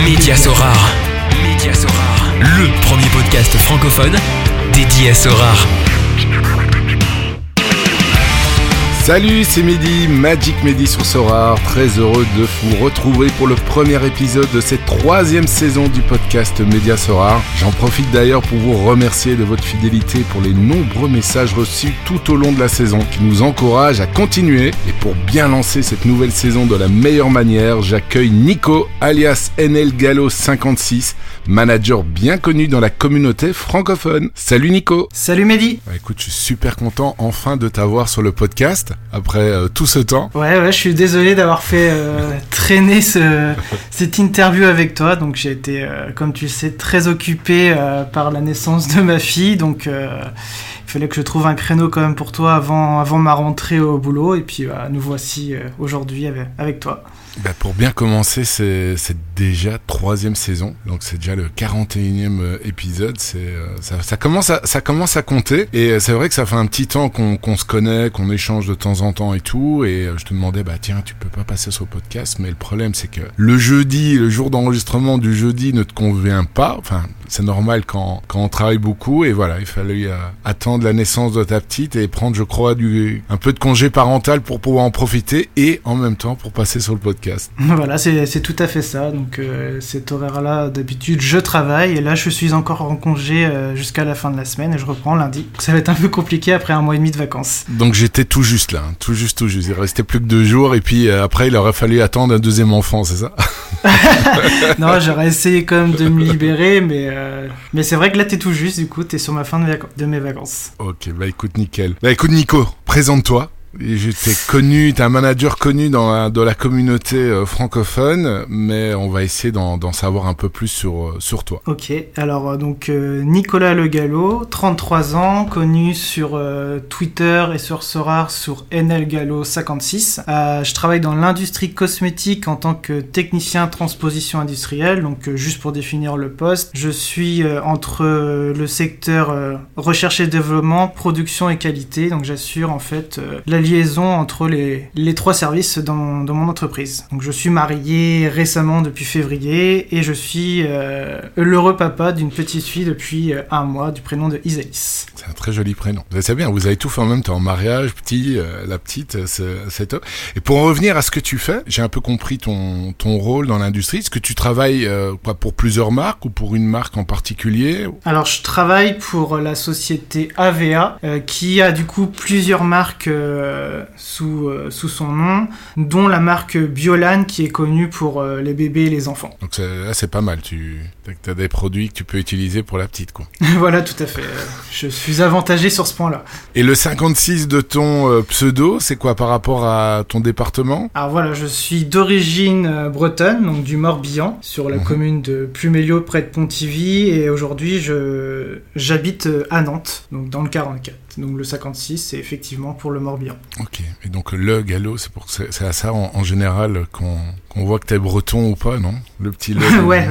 Média Sorare. Média Sorare. Le premier podcast francophone dédié à Sorare. Salut, c'est Mehdi, Magic Mehdi sur Sorare, très heureux de vous retrouver pour le premier épisode de cette 3e saison du podcast Média Sorare. J'en profite d'ailleurs pour vous remercier de votre fidélité pour les nombreux messages reçus tout au long de la saison qui nous encouragent à continuer. Et pour bien lancer cette nouvelle saison de la meilleure manière, j'accueille Nico alias NL Gallo 56, manager bien connu dans la communauté francophone. Salut Nico. Salut Mehdi. Écoute, je suis super content enfin de t'avoir sur le podcast. Après tout ce temps. Ouais, je suis désolé d'avoir fait traîner cette interview avec toi. Donc j'ai été, comme tu le sais, très occupé par la naissance de ma fille. Donc il fallait que je trouve un créneau quand même pour toi avant ma rentrée au boulot. Et puis nous voici aujourd'hui avec toi. Pour bien commencer, c'est déjà 3e saison, donc c'est déjà le 41e épisode. Ça commence à compter, et c'est vrai que ça fait un petit temps qu'on se connaît, qu'on échange de temps en temps et tout. Et je te demandais, tiens, tu peux pas passer sur le podcast, mais le problème c'est que le jour d'enregistrement du jeudi ne te convient pas. Enfin, c'est normal quand on travaille beaucoup, et voilà, il fallait attendre la naissance de ta petite et prendre, je crois, un peu de congé parental pour pouvoir en profiter et en même temps pour passer sur le podcast. Voilà, c'est tout à fait ça. Donc cet horaire-là, d'habitude, je travaille, et là, je suis encore en congé jusqu'à la fin de la semaine, et je reprends lundi. Ça va être un peu compliqué après un mois et demi de vacances. Donc j'étais tout juste là, tout juste. Il restait plus que 2 jours, et puis après, il aurait fallu attendre un 2e enfant, c'est ça? Non, j'aurais essayé quand même de me libérer, mais c'est vrai que là, t'es tout juste, du coup, t'es sur ma fin de mes vacances. Ok, écoute, nickel. Écoute, Nico, présente-toi. T'es un manager connu dans la communauté francophone, mais on va essayer d'en savoir un peu plus sur toi. Ok, alors donc Nicolas Le Gallo, 33 ans, connu sur Twitter et sur Sorare sur NL Gallo 56. Je travaille dans l'industrie cosmétique en tant que technicien transposition industrielle, donc juste pour définir le poste, je suis entre le secteur recherche et développement, production et qualité, donc j'assure en fait la liaison entre les 3 services dans mon entreprise. Donc je suis marié récemment depuis février, et je suis l'heureux papa d'une petite fille depuis 1 mois du prénom de Isaïs. C'est un très joli prénom. C'est bien, vous avez tout fait en même temps, mariage, la petite, c'est top. Et pour en revenir à ce que tu fais, j'ai un peu compris ton rôle dans l'industrie. Est-ce que tu travailles pour plusieurs marques ou pour une marque en particulier? Alors je travaille pour la société AVA qui a du coup plusieurs marques sous son nom, dont la marque Biolan qui est connue pour les bébés et les enfants. Donc là c'est pas mal, tu as des produits que tu peux utiliser pour la petite, quoi. Voilà, tout à fait. Je suis avantagé sur ce point-là. Et le 56 de ton pseudo, c'est quoi par rapport à ton département? Alors voilà, je suis d'origine bretonne, donc du Morbihan, sur la commune de Pluméliau près de Pontivy, et aujourd'hui j'habite à Nantes, donc dans le 44. Donc le 56, c'est effectivement pour le Morbihan. Ok, et donc le Gallo, c'est à ça en général qu'on voit que t'es breton ou pas, non? Le petit le. Ouais.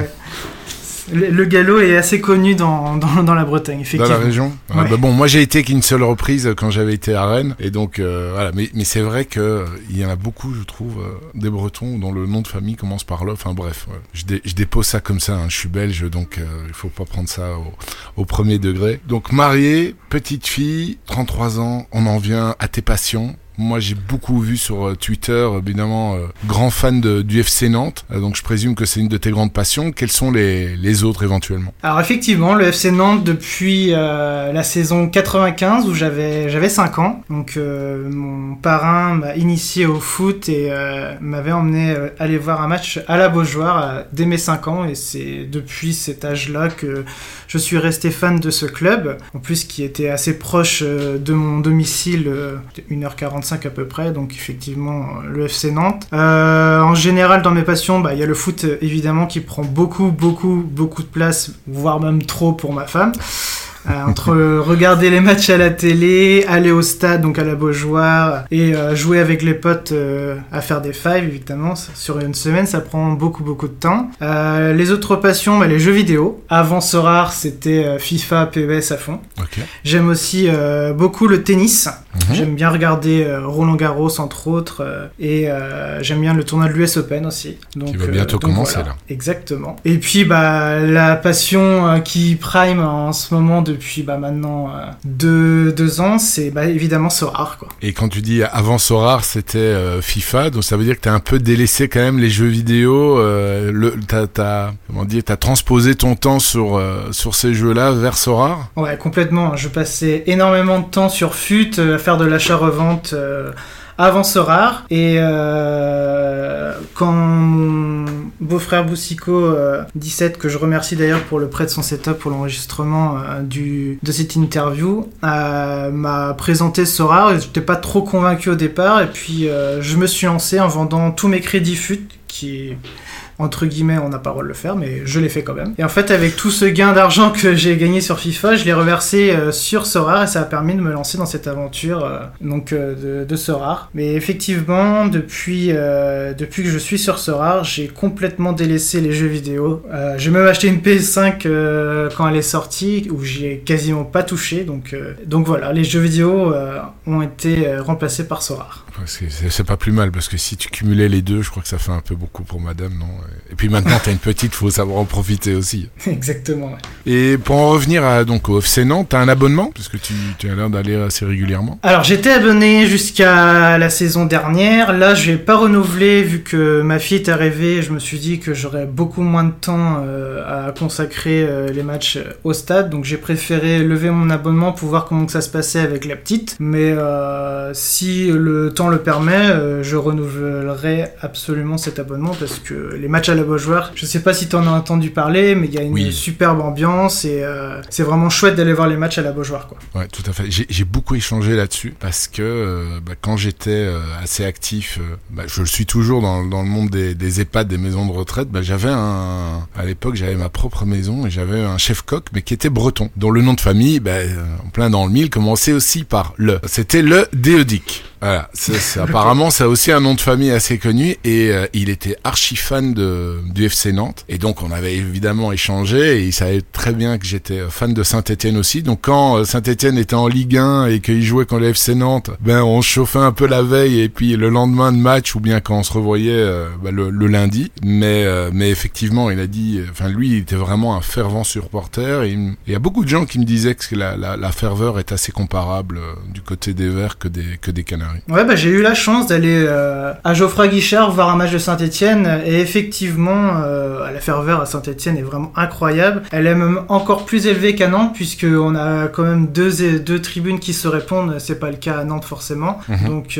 Le Gallo est assez connu dans la Bretagne, effectivement. Dans la région? Ouais. Moi j'ai été qu'une seule reprise quand j'avais été à Rennes, et donc voilà. Mais c'est vrai que il y en a beaucoup, je trouve, des Bretons dont le nom de famille commence par le. Enfin bref, ouais. Je dépose ça comme ça. Hein. Je suis belge, donc il faut pas prendre ça au premier degré. Donc marié, petite fille, 33 ans. On en vient à tes passions. Moi, j'ai beaucoup vu sur Twitter, évidemment, grand fan du FC Nantes, donc je présume que c'est une de tes grandes passions. Quelles sont les autres éventuellement? Alors effectivement, le FC Nantes depuis la saison 95 où j'avais 5 ans. Donc mon parrain m'a initié au foot et m'avait emmené aller voir un match à la Beaujoire dès mes 5 ans, et c'est depuis cet âge-là que je suis resté fan de ce club, en plus qui était assez proche de mon domicile, 1h45 à peu près, donc effectivement le FC Nantes. En général dans mes passions, il y a le foot évidemment qui prend beaucoup de place, voire même trop pour ma femme. Entre regarder les matchs à la télé, aller au stade, donc à la Beaujoire, et jouer avec les potes à faire des fives, évidemment, sur une semaine, ça prend beaucoup de temps. Les autres passions, les jeux vidéo. Avant Sorare, c'était FIFA, PES à fond. Okay. J'aime aussi beaucoup le tennis. J'aime bien regarder Roland Garros, entre autres, et j'aime bien le tournoi de l'US Open aussi. Donc, qui va bientôt commencer, voilà. Là. Exactement. Et puis, la passion qui prime en ce moment depuis maintenant 2 ans, c'est évidemment Sorare, quoi. Et quand tu dis avant Sorare, c'était FIFA, donc ça veut dire que t'as un peu délaissé quand même les jeux vidéo. T'as transposé ton temps sur ces jeux-là vers Sorare. Ouais, complètement. Je passais énormément de temps sur FUT, à faire de l'achat-revente avant Sorare. Et quand mon beau-frère Boussico 17, que je remercie d'ailleurs pour le prêt de son setup pour l'enregistrement de cette interview, m'a présenté Sorare. J'étais pas trop convaincu au départ, et puis je me suis lancé en vendant tous mes crédits FUT, qui, entre guillemets, on n'a pas le droit de le faire, mais je l'ai fait quand même. Et en fait, avec tout ce gain d'argent que j'ai gagné sur FIFA, je l'ai reversé sur Sorare, et ça a permis de me lancer dans cette aventure de Sorare. Mais effectivement, depuis que je suis sur Sorare, j'ai complètement délaissé les jeux vidéo. J'ai même acheté une PS5 quand elle est sortie, où j'y ai quasiment pas touché. Donc voilà, les jeux vidéo ont été remplacés par Sorare. C'est pas plus mal, parce que si tu cumulais les deux, je crois que ça fait un peu beaucoup pour madame, non? Et puis maintenant, t'as une petite, faut savoir en profiter aussi. Exactement, ouais. Et pour en revenir donc au FC Nantes, t'as un abonnement? Parce que tu as l'air d'aller assez régulièrement. Alors, j'étais abonné jusqu'à la saison dernière. Là, je vais pas renouveler, vu que ma fille est arrivée. Je me suis dit que j'aurais beaucoup moins de temps à consacrer les matchs au stade. Donc, j'ai préféré lever mon abonnement pour voir comment que ça se passait avec la petite. Mais si le temps le permet, je renouvellerai absolument cet abonnement, parce que les matchs à la Beaujoire, je sais pas si t'en as entendu parler, mais il y a une superbe ambiance, et c'est vraiment chouette d'aller voir les matchs à la Beaujoire, quoi. Ouais, tout à fait. J'ai beaucoup échangé là-dessus, parce que quand j'étais assez actif, je le suis toujours dans le monde des EHPAD, des maisons de retraite, à l'époque j'avais ma propre maison, et j'avais un chef-coq, mais qui était breton, dont le nom de famille, en plein dans le mille, commençait aussi par le. C'était le Déodic. Voilà, apparemment ça a aussi un nom de famille assez connu, et il était archi fan du FC Nantes, et donc on avait évidemment échangé, et il savait très bien que j'étais fan de Saint-Etienne aussi. Donc quand Saint-Etienne était en Ligue 1 et qu'il jouait contre le FC Nantes, on se chauffait un peu la veille, et puis le lendemain de match, ou bien quand on se revoyait le lundi. Mais effectivement, il a dit, lui il était vraiment un fervent supporter, et il y a beaucoup de gens qui me disaient que la ferveur est assez comparable du côté des Verts que des Canaries. Ouais, j'ai eu la chance d'aller à Geoffroy Guichard voir un match de Saint-Etienne, et effectivement, la ferveur à Saint-Etienne est vraiment incroyable. Elle est même encore plus élevée qu'à Nantes, puisqu'on a quand même deux tribunes qui se répondent. C'est pas le cas à Nantes forcément. Donc,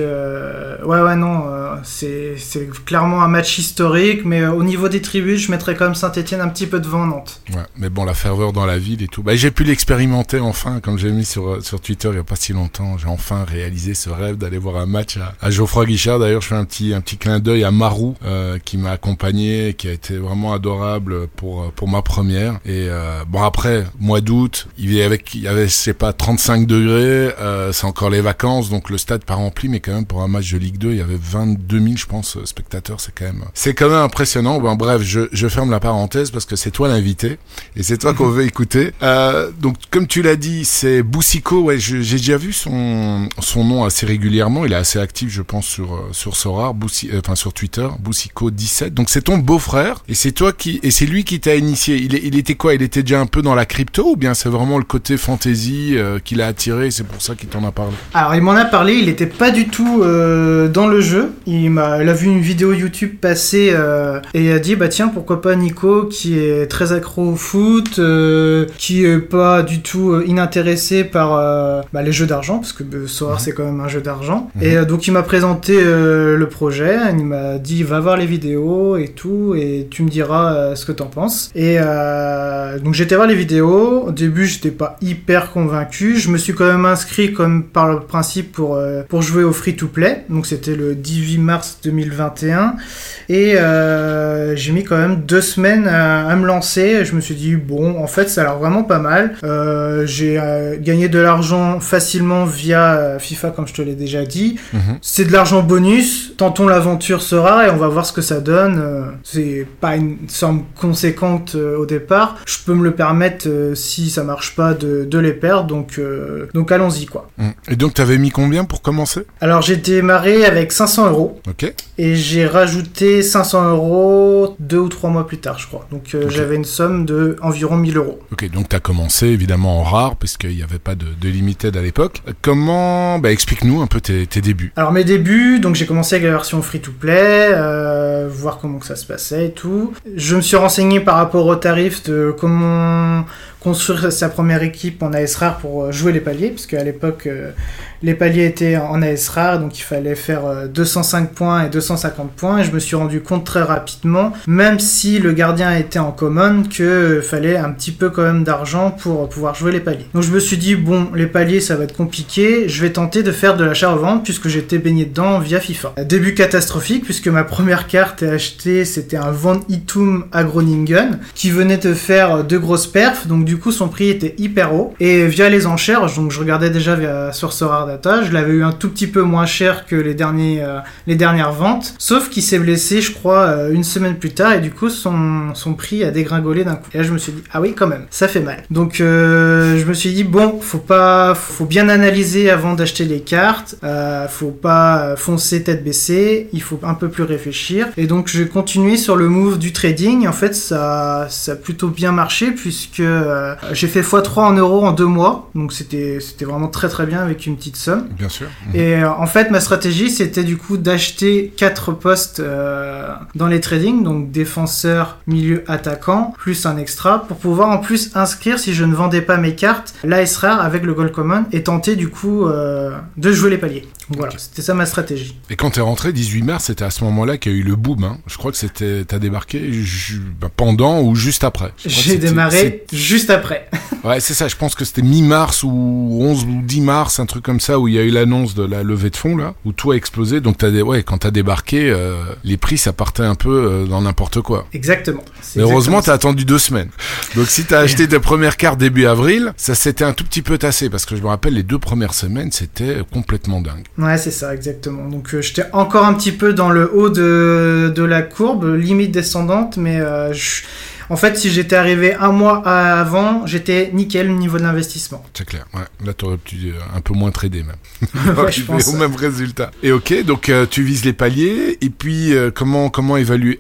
c'est clairement un match historique, mais au niveau des tribunes, je mettrais quand même Saint-Etienne un petit peu devant Nantes. Ouais, mais bon, la ferveur dans la ville et tout. J'ai pu l'expérimenter enfin, comme j'ai mis sur Twitter il y a pas si longtemps. J'ai enfin réalisé ce rêve d'aller voir un match à Geoffroy Guichard. D'ailleurs, je fais un petit clin d'œil à Marou, qui m'a accompagné, qui a été vraiment adorable pour ma première. Et après, mois d'août, il y avait je sais pas, 35 degrés, c'est encore les vacances, donc le stade pas rempli, mais quand même pour un match de Ligue 2, il y avait 22 000, je pense, spectateurs. C'est quand même impressionnant. Bref, je ferme la parenthèse, parce que c'est toi l'invité, et c'est toi qu'on veut écouter. Donc, comme tu l'as dit, c'est Boussico. Ouais, j'ai déjà vu son nom assez régulièrement. Il est assez actif, je pense, sur Sorare, sur Twitter, Boussico 17. Donc c'est ton beau-frère, et c'est lui qui t'a initié. Il était quoi? Il était déjà un peu dans la crypto, ou bien c'est vraiment le côté fantasy qui l'a attiré, et c'est pour ça qu'il t'en a parlé? Alors il m'en a parlé, il était pas du tout dans le jeu. Il a vu une vidéo YouTube passer, et il a dit tiens, pourquoi pas Nico, qui est très accro au foot, qui est pas du tout inintéressé par les jeux d'argent, parce que Sorare c'est quand même un jeu d'argent. d'argent. Et donc il m'a présenté le projet, il m'a dit va voir les vidéos et tout, et tu me diras ce que t'en penses. Et donc j'étais voir les vidéos. Au début j'étais pas hyper convaincu, je me suis quand même inscrit comme par le principe pour jouer au free-to-play, donc c'était le 18 mars 2021, et j'ai mis quand même 2 semaines à me lancer. Je me suis dit bon, en fait ça a l'air vraiment pas mal. J'ai gagné de l'argent facilement via FIFA, comme je te l'ai déjà dit. C'est de l'argent bonus, tentons l'aventure sera et on va voir ce que ça donne. C'est pas une somme conséquente au départ, je peux me le permettre si ça marche pas de les perdre, donc allons-y quoi. Et donc t'avais mis combien pour commencer? Alors j'ai démarré avec 500 €. Ok. Et j'ai rajouté 500 € 2 ou 3 mois plus tard, je crois. Donc j'avais une somme de environ 1000 €. Ok, donc t'as commencé évidemment en rare, parce qu'il n'y avait pas de limited à l'époque. Comment... explique-nous un peu tes débuts. Alors mes débuts, donc j'ai commencé avec la version free-to-play, voir comment que ça se passait et tout. Je me suis renseigné par rapport aux tarifs de comment construire sa première équipe en AS rare pour jouer les paliers, parce qu'à l'époque les paliers étaient en AS rare, donc il fallait faire 205 points et 250 points, et je me suis rendu compte très rapidement, même si le gardien était en common, que fallait un petit peu quand même d'argent pour pouvoir jouer les paliers. Donc je me suis dit bon, les paliers ça va être compliqué, je vais tenter de faire de l'achat-revente puisque j'étais baigné dedans via FIFA. Début catastrophique puisque ma première carte achetée c'était un Van Hitum à Groningen qui venait de faire 2 grosses perfs, donc du coup son prix était hyper haut, et via les enchères, donc je regardais déjà via Source Rare Data, je l'avais eu un tout petit peu moins cher que les dernières ventes, sauf qu'il s'est blessé je crois 1 semaine plus tard, et du coup son prix a dégringolé d'un coup. Et là je me suis dit ah oui quand même, ça fait mal. Donc je me suis dit bon, faut bien analyser avant d'acheter les cartes, faut pas foncer tête baissée, il faut un peu plus réfléchir, et donc j'ai continué sur le move du trading. En fait ça a plutôt bien marché puisque j'ai fait x3 en euros en 2 mois, donc c'était vraiment très très bien avec une petite somme. Bien sûr. Et en fait ma stratégie c'était du coup d'acheter 4 postes dans les trading, donc défenseur, milieu, attaquant, plus un extra, pour pouvoir en plus inscrire, si je ne vendais pas mes cartes, l'AS rare avec le Gold Common, et tenter du coup de jouer les paliers. Donc voilà, c'était ça ma stratégie. Et quand t'es rentré 18 mars, c'était à ce moment-là qu'il y a eu le boom, hein. Je crois que t'as débarqué pendant ou juste après. J'ai démarré juste après. Ouais, c'est ça, je pense que c'était mi-mars ou 11 ou 10 mars, un truc comme ça, où il y a eu l'annonce de la levée de fonds, là, où tout a explosé. Donc quand t'as débarqué, les prix, ça partait un peu dans n'importe quoi. Exactement. Mais heureusement, t'as attendu 2 semaines. Donc si t'as acheté tes premières cartes début avril, ça s'était un tout petit peu tassé, parce que je me rappelle, les 2 premières semaines, c'était complètement dingue. Ouais, c'est ça, exactement. Donc j'étais encore un petit peu dans le haut de la courbe, limite descendante, mais en fait, si j'étais arrivé 1 mois avant, j'étais nickel au niveau de l'investissement. C'est clair, ouais. Là, t'aurais pu un peu moins trader même. Ouais, je pense. Au même résultat. Et ok, donc tu vises les paliers, et puis comment a évolué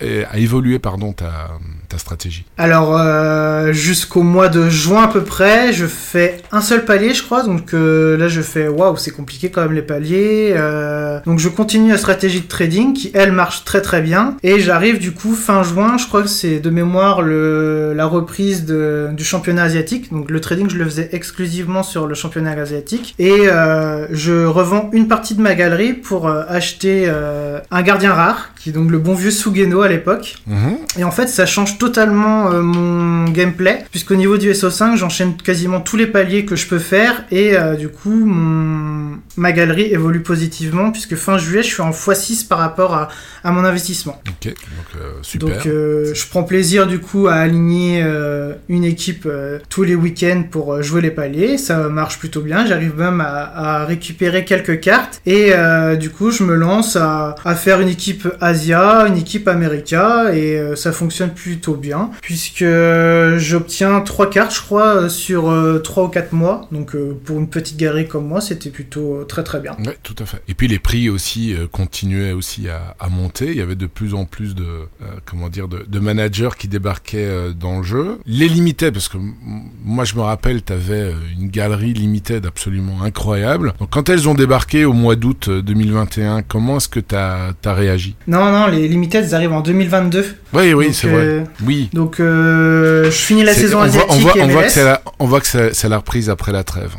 ta stratégie? Alors, jusqu'au mois de juin à peu près, je fais un seul palier, je crois. Donc là, je fais waouh, c'est compliqué quand même les paliers. Donc je continue la stratégie de trading qui, elle, marche très très bien. Et j'arrive du coup fin juin, je crois que c'est de mémoire la reprise du championnat asiatique. Donc le trading, je le faisais exclusivement sur le championnat asiatique. Et je revends une partie de ma galerie pour acheter un gardien rare, qui est donc le bon vieux Sugeno à l'époque. Et en fait, ça change totalement mon gameplay, puisqu'au niveau du SO5, j'enchaîne quasiment tous les paliers que je peux faire, et du coup, ma galerie évolue positivement, puisque fin juillet, je suis en x6 par rapport à mon investissement. Ok, donc super. Donc je prends plaisir du coup à aligner une équipe tous les week-ends pour jouer les paliers, ça marche plutôt bien, j'arrive même à récupérer quelques cartes, et du coup, je me lance à faire une équipe Asia, une équipe America, et ça fonctionne plutôt bien, puisque j'obtiens 3 cartes, je crois, sur 3 ou 4 mois, donc pour une petite galerie comme moi, c'était plutôt très très bien. Ouais, tout à fait. Et puis les prix aussi continuaient aussi à monter, il y avait de plus en plus de managers qui débarquaient dans le jeu. Les limited, parce que moi je me rappelle, t'avais une galerie limited absolument incroyable. Donc quand elles ont débarqué au mois d'août 2021, comment est-ce que t'as réagi? Non, les limited, elles arrivent en 2022. Oui, donc, c'est vrai. Oui. Donc je finis la saison asiatique. On voit que c'est la reprise après la trêve.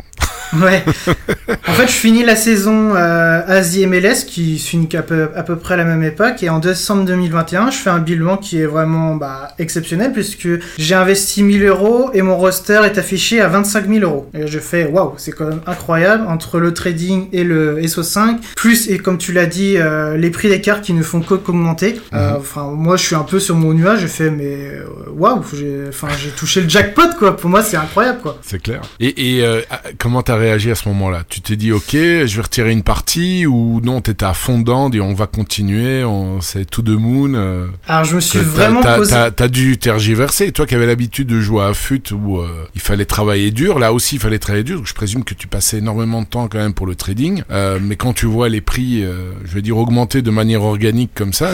Ouais. En fait, je finis la saison Asie MLS qui se finit à peu près à la même époque, et en décembre 2021, je fais un bilan qui est vraiment exceptionnel, puisque j'ai investi 1 000 € et mon roster est affiché à 25 000 €. Et je fais waouh, c'est quand même incroyable entre le trading et le SO5, plus, et comme tu l'as dit, les prix des cartes qui ne font qu'augmenter. Enfin, moi, je suis un peu sur mon nuage. J'ai fait waouh, j'ai touché le jackpot, quoi. Pour moi, c'est incroyable, quoi. C'est clair. Et comment t'as réagi à ce moment-là? Tu t'es dit ok, je vais retirer une partie, ou non, t'étais à fond dedans, dit on va continuer, c'est to the moon. Alors je me suis vraiment posé. T'as dû tergiverser. Toi qui avais l'habitude de jouer à FUT où il fallait travailler dur, là aussi il fallait travailler dur. Donc je présume que tu passais énormément de temps quand même pour le trading. Mais quand tu vois les prix, je vais dire augmenter de manière organique comme ça,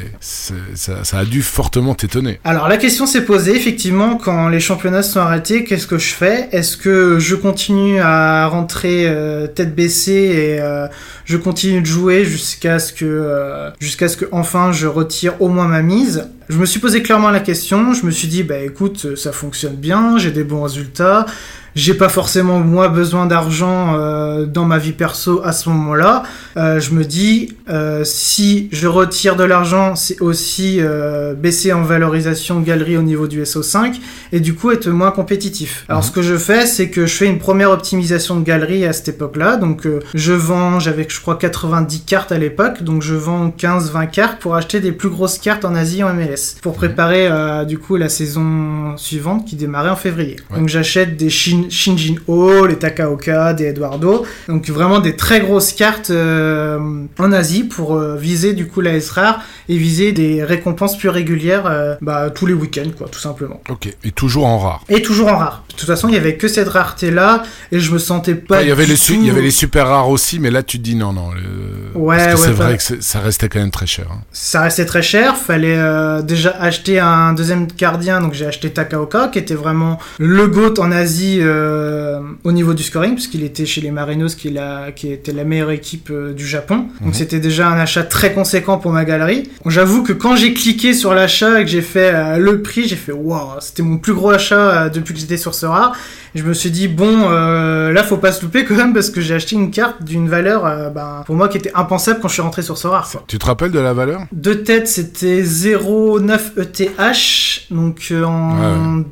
ça a dû fortement t'étonner. Alors la question s'est posée effectivement quand les championnats se sont arrêtés. Qu'est-ce que je fais? Est-ce que je continue à rentrer tête baissée et je continue de jouer jusqu'à ce que enfin je retire au moins ma mise? Je me suis posé clairement la question. Je me suis dit écoute, ça fonctionne bien, j'ai des bons résultats. J'ai pas forcément moi besoin d'argent dans ma vie perso à ce moment-là. Je me dis si je retire de l'argent, c'est aussi baisser en valorisation galerie au niveau du SO5 et du coup être moins compétitif. Alors ce que je fais, c'est que je fais une première optimisation de galerie à cette époque-là. Donc je vends, j'avais je crois 90 cartes à l'époque, donc je vends 15-20 cartes pour acheter des plus grosses cartes en Asie en MLS pour préparer du coup la saison suivante qui démarrait en février. Ouais. Donc j'achète des Shinjin Ho, les Takaoka, des Eduardo, donc vraiment des très grosses cartes en Asie pour viser du coup la S-Rare et viser des récompenses plus régulières tous les week-ends, quoi, tout simplement. Ok, et toujours en rare. Et toujours en rare. De toute façon, il y avait que cette rareté-là et je me sentais pas. Il y avait les super rares aussi, mais là tu te dis non. Parce que c'est vrai que ça restait quand même très cher. Hein. Ça restait très cher. Fallait déjà acheter un deuxième gardien, donc j'ai acheté Takaoka, qui était vraiment le GOAT en Asie. Au niveau du scoring, puisqu'il était chez les Marinos qui était la meilleure équipe du Japon. Donc c'était déjà un achat très conséquent pour ma galerie. J'avoue que quand j'ai cliqué sur l'achat et que j'ai fait le prix, j'ai fait waouh, c'était mon plus gros achat depuis que j'étais sur ce rare. Et je me suis dit là faut pas se louper quand même, parce que j'ai acheté une carte d'une valeur pour moi qui était impensable quand je suis rentré sur ce rare. Tu te rappelles de la valeur? De tête, c'était 0,9 ETH, donc en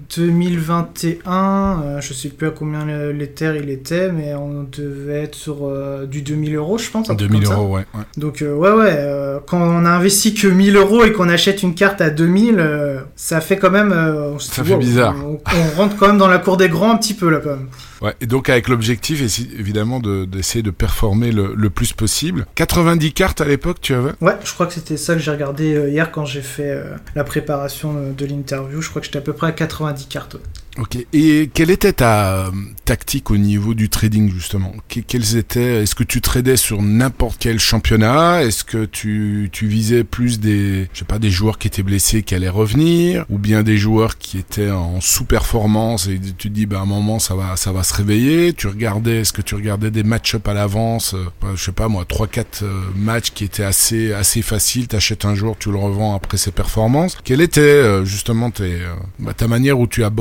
2021, je sais plus à combien l'Ether il était, mais on devait être sur du 2000 €, je pense. 2000 €, ouais. Donc quand on a investi que 1000 € et qu'on achète une carte à 2000, ça fait quand même... ça fait bizarre. On rentre quand même dans la cour des grands un petit peu là quand même. Ouais, et donc avec l'objectif évidemment d'essayer de performer le plus possible. 90 cartes à l'époque, tu avais? Ouais, je crois que c'était ça que j'ai regardé hier quand j'ai fait la préparation de l'interview. Je crois que j'étais à peu près à 90 cartes. Ok, et quelle était ta tactique au niveau du trading justement? Est-ce que tu tradais sur n'importe quel championnat? Est-ce que tu visais plus des joueurs qui étaient blessés qui allaient revenir, ou bien des joueurs qui étaient en sous-performance et tu te dis à un moment ça va se réveiller? Est-ce que tu regardais des match-up à l'avance, 3-4 matchs qui étaient assez faciles, t'achètes un jour, tu le revends après ses performances? Quelle était justement ta manière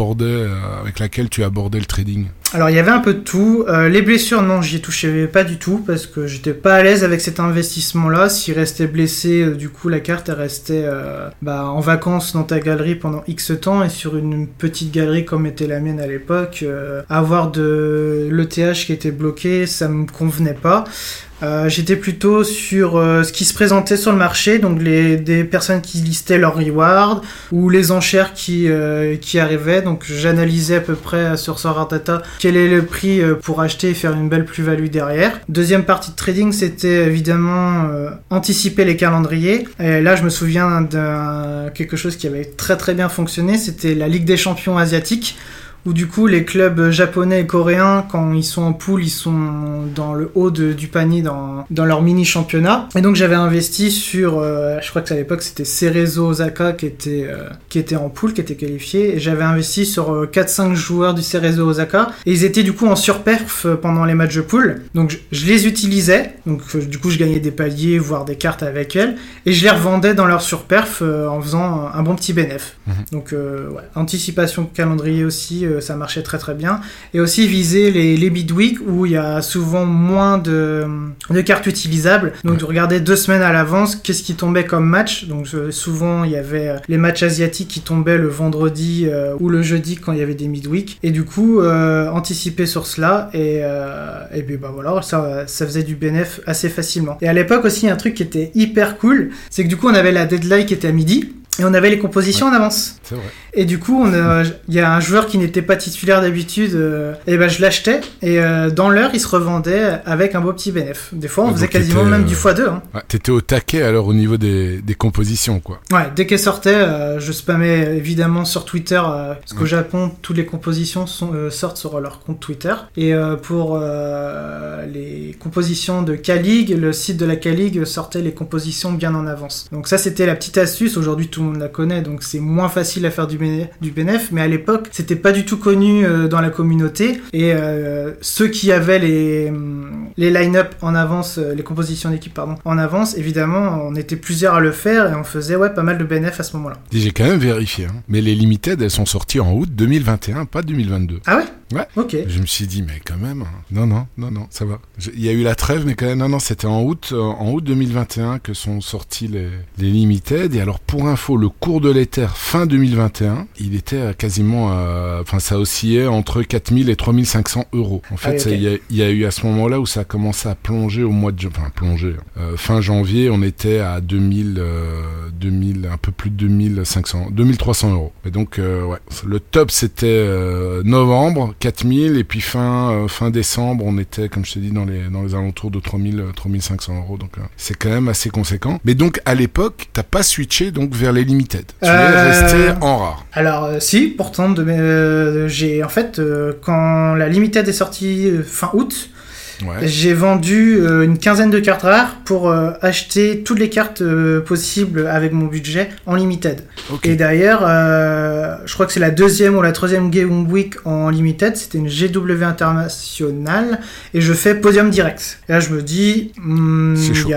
avec laquelle tu abordais le trading? Alors il y avait un peu de tout. Les blessures, non, j'y touchais pas du tout parce que j'étais pas à l'aise avec cet investissement-là. S'il restait blessé, du coup la carte elle restait en vacances dans ta galerie pendant X temps, et sur une petite galerie comme était la mienne à l'époque, avoir de l'ETH qui était bloqué, ça me convenait pas. J'étais plutôt sur ce qui se présentait sur le marché, donc des personnes qui listaient leur reward ou les enchères qui arrivaient. Donc j'analysais à peu près sur Sorare Data quel est le prix pour acheter et faire une belle plus-value derrière. Deuxième partie de trading, c'était évidemment anticiper les calendriers. Et là, je me souviens de quelque chose qui avait très très bien fonctionné, c'était la Ligue des champions asiatiques, où du coup les clubs japonais et coréens, quand ils sont en poule, ils sont dans le haut du panier dans leur mini-championnat. Et donc j'avais investi sur, je crois que à l'époque c'était Cerezo Osaka qui était en poule, qui était qualifié, et j'avais investi sur 4-5 joueurs du Cerezo Osaka, et ils étaient du coup en surperf pendant les matchs de poule. Donc je les utilisais, donc du coup je gagnais des paliers, voire des cartes avec elles, et je les revendais dans leur surperf en faisant un bon petit bénéf. Donc anticipation calendrier aussi, ça marchait très très bien. Et aussi viser les midweek où il y a souvent moins de cartes utilisables. Donc, de regarder 2 semaines à l'avance qu'est-ce qui tombait comme match. Donc, souvent, il y avait les matchs asiatiques qui tombaient le vendredi ou le jeudi quand il y avait des midweek. Et du coup, anticiper sur cela et puis bah voilà, ça faisait du bénéf assez facilement. Et à l'époque aussi, un truc qui était hyper cool, c'est que du coup, on avait la deadline qui était à midi. Et on avait les compositions en avance. C'est vrai. Et du coup, il y a un joueur qui n'était pas titulaire d'habitude, et ben je l'achetais, et dans l'heure, il se revendait avec un beau petit bénéf. Des fois, on faisait quasiment même du x2. Hein. Ouais, t'étais au taquet alors au niveau des compositions, quoi. Ouais, dès qu'elle sortait, je spammais évidemment sur Twitter, parce qu'au Japon, toutes les compositions sortent sur leur compte Twitter. Et pour les compositions de K-League, le site de la K-League sortait les compositions bien en avance. Donc ça, c'était la petite astuce. Aujourd'hui, tout le monde la connaît, donc c'est moins facile à faire du bénéf, mais à l'époque, c'était pas du tout connu dans la communauté, et ceux qui avaient les line-up en avance, les compositions d'équipe, pardon, en avance, évidemment, on était plusieurs à le faire, et on faisait pas mal de bénéf à ce moment-là. J'ai quand même vérifié, hein. Mais les Limited, elles sont sorties en août 2021, pas 2022. Ah ouais? Ouais. Ok. Je me suis dit, mais quand même, non, ça va. Il y a eu la trêve, mais quand même, non, c'était en août 2021 que sont sortis les Limited. Et alors, pour info, le cours de l'Ether fin 2021, il était quasiment, ça oscillait entre 4000 et 3500 euros. En fait, il y a eu à ce moment-là où ça a commencé à plonger au mois de fin janvier, on était à 2000, un peu plus de 2300 euros. Et donc, le top, c'était novembre, 4000, et puis fin décembre, on était, comme je t'ai dit, dans les alentours de 3500 euros. Donc, c'est quand même assez conséquent. Mais donc, à l'époque, t'as pas switché donc vers les limited. Tu es resté en rare. Alors, si, pourtant, j'ai, en fait, quand la limited est sortie fin août, j'ai vendu une quinzaine de cartes rares pour acheter toutes les cartes possibles avec mon budget en limited. Okay. Et d'ailleurs, je crois que c'est la 2e ou la 3e Game Week en limited, c'était une GW internationale, et je fais podium direct. Et là, je me dis, il y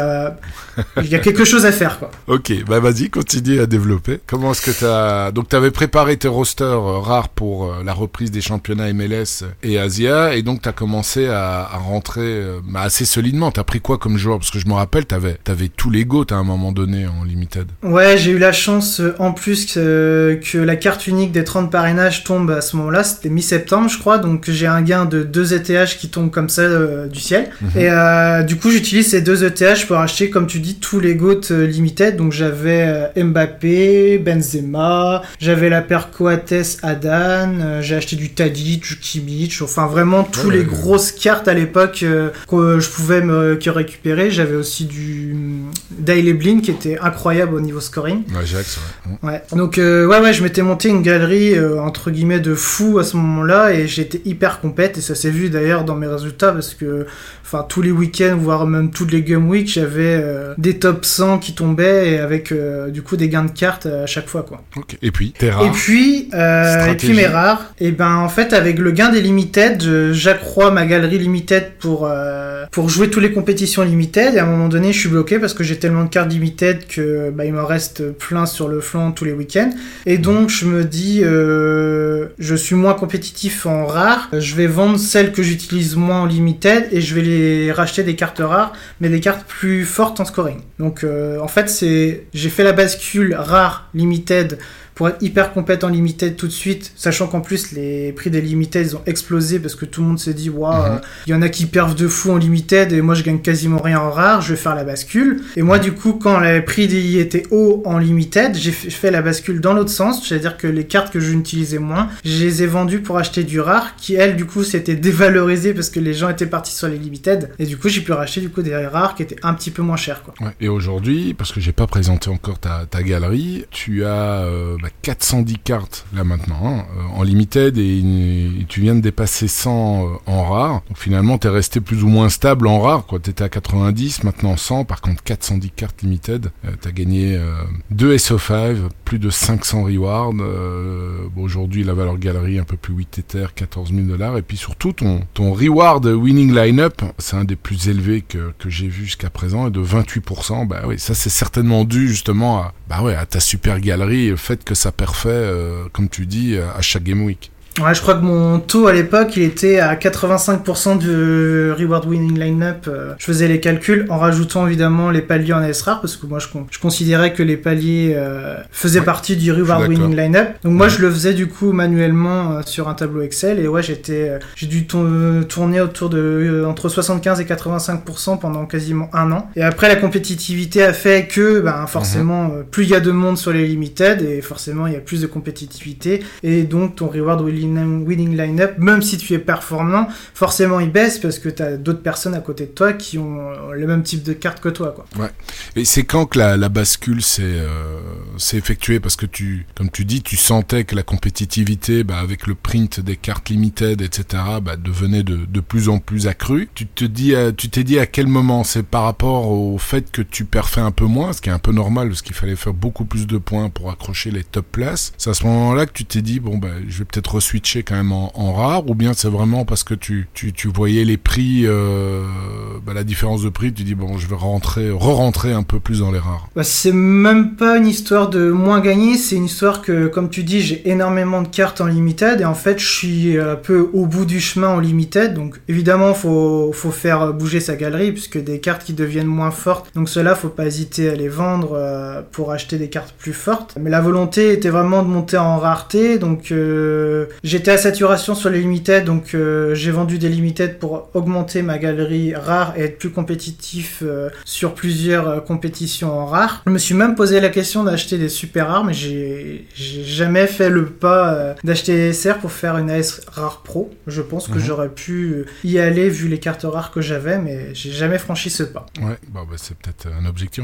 a quelque chose à faire, quoi. Ok, bah vas-y, continue à développer. Comment est-ce que donc t'avais préparé tes rosters rares pour la reprise des championnats MLS et Asia, et donc t'as commencé à rentrer assez solidement. T'as pris quoi comme joueur? Parce que je me rappelle, t'avais tous les GOAT à un moment donné en limited. Ouais, j'ai eu la chance en plus que la carte unique des 30 parrainages tombe à ce moment-là. C'était mi-septembre, je crois, donc j'ai un gain de 2 ETH qui tombent comme ça du ciel. Et du coup, j'utilise ces 2 ETH pour acheter, comme tu dis, tous les GOAT limited. Donc j'avais Mbappé, Benzema, j'avais la paire Coates Adan, j'ai acheté du Tadic, du Kimmich, enfin vraiment tous les grosses cartes à l'époque que je pouvais que récupérer. J'avais aussi du Daily Blind qui était incroyable au niveau scoring. Ouais, Jacques, ouais. Donc je m'étais monté une galerie entre guillemets de fou à ce moment-là, et j'étais hyper compète, et ça s'est vu d'ailleurs dans mes résultats, parce que tous les week-ends, voire même toutes les game week, j'avais des top 100 qui tombaient, et avec du coup des gains de cartes à chaque fois, quoi. Okay. Et puis tes rares. Et puis mes rares, et ben en fait avec le gain des limited, j'accrois ma galerie limited pour jouer toutes les compétitions limited, et à un moment donné je suis bloqué parce que j'ai tellement de cartes limited que il m'en reste plein sur le flanc tous les week-ends, et donc je me dis je suis moins compétitif en rare, je vais vendre celles que j'utilise moins en limited, et je vais les racheter des cartes rares, mais des cartes plus fortes en scoring. Donc en fait j'ai fait la bascule rare limited pour être hyper compète en limited tout de suite, sachant qu'en plus les prix des limited ils ont explosé parce que tout le monde s'est dit y en a qui perfent de fou en limited et moi je gagne quasiment rien en rare, je vais faire la bascule. Et moi du coup quand les prix étaient hauts en limited, j'ai fait la bascule dans l'autre sens, c'est-à-dire que les cartes que je n'utilisais moins, je les ai vendues pour acheter du rare qui elles du coup s'étaient dévalorisées parce que les gens étaient partis sur les limited, et du coup j'ai pu racheter du coup des rares qui étaient un petit peu moins chers, quoi. Ouais. Et aujourd'hui, parce que j'ai pas présenté encore ta galerie, tu as 410 cartes là maintenant en limited, et tu viens de dépasser 100 en rare. Donc finalement t'es resté plus ou moins stable en rare, quoi. T'étais à 90, maintenant 100. Par contre 410 cartes limited, t'as gagné 2 SO5, plus de 500 rewards. Aujourd'hui la valeur galerie un peu plus 8 Ether, $14,000, et puis surtout ton reward winning line-up, c'est un des plus élevés que j'ai vu jusqu'à présent, et de 28%. Ça c'est certainement dû justement à ta super galerie, et le fait que ça perfait, comme tu dis, à chaque game week. Ouais, je crois que mon taux à l'époque, il était à 85% du reward winning lineup. Je faisais les calculs en rajoutant évidemment les paliers en SRAR parce que moi je considérais que les paliers faisaient partie du reward winning lineup. Donc moi je le faisais du coup manuellement sur un tableau Excel et ouais j'ai dû tourner autour de entre 75 et 85% pendant quasiment un an. Et après la compétitivité a fait que forcément plus il y a de monde sur les limited et forcément il y a plus de compétitivité et donc ton reward winning line-up, même si tu es performant, forcément il baisse parce que tu as d'autres personnes à côté de toi qui ont le même type de carte que toi, quoi. Ouais. Et c'est quand que la bascule s'est effectuée parce que comme tu dis, tu sentais que la compétitivité, avec le print des cartes limited, etc., devenait de plus en plus accrue. Tu t'es dit à quel moment? C'est par rapport au fait que tu perfais un peu moins, ce qui est un peu normal parce qu'il fallait faire beaucoup plus de points pour accrocher les top places. C'est à ce moment-là que tu t'es dit je vais peut-être switcher quand même en rare, ou bien c'est vraiment parce que tu voyais les prix, la différence de prix, tu dis je vais re-rentrer un peu plus dans les rares. C'est même pas une histoire de moins gagner, c'est une histoire que, comme tu dis, j'ai énormément de cartes en limited et en fait je suis un peu au bout du chemin en limited, donc évidemment faut faire bouger sa galerie puisque des cartes qui deviennent moins fortes, donc cela faut pas hésiter à les vendre pour acheter des cartes plus fortes, mais la volonté était vraiment de monter en rareté, donc j'étais à saturation sur les limited, donc j'ai vendu des limited pour augmenter ma galerie rare et être plus compétitif sur plusieurs compétitions en rare. Je me suis même posé la question d'acheter des super rares, mais j'ai jamais fait le pas d'acheter des SR pour faire une AS rare pro. Je pense que j'aurais pu y aller vu les cartes rares que j'avais, mais j'ai jamais franchi ce pas. Ouais, c'est peut-être un objectif,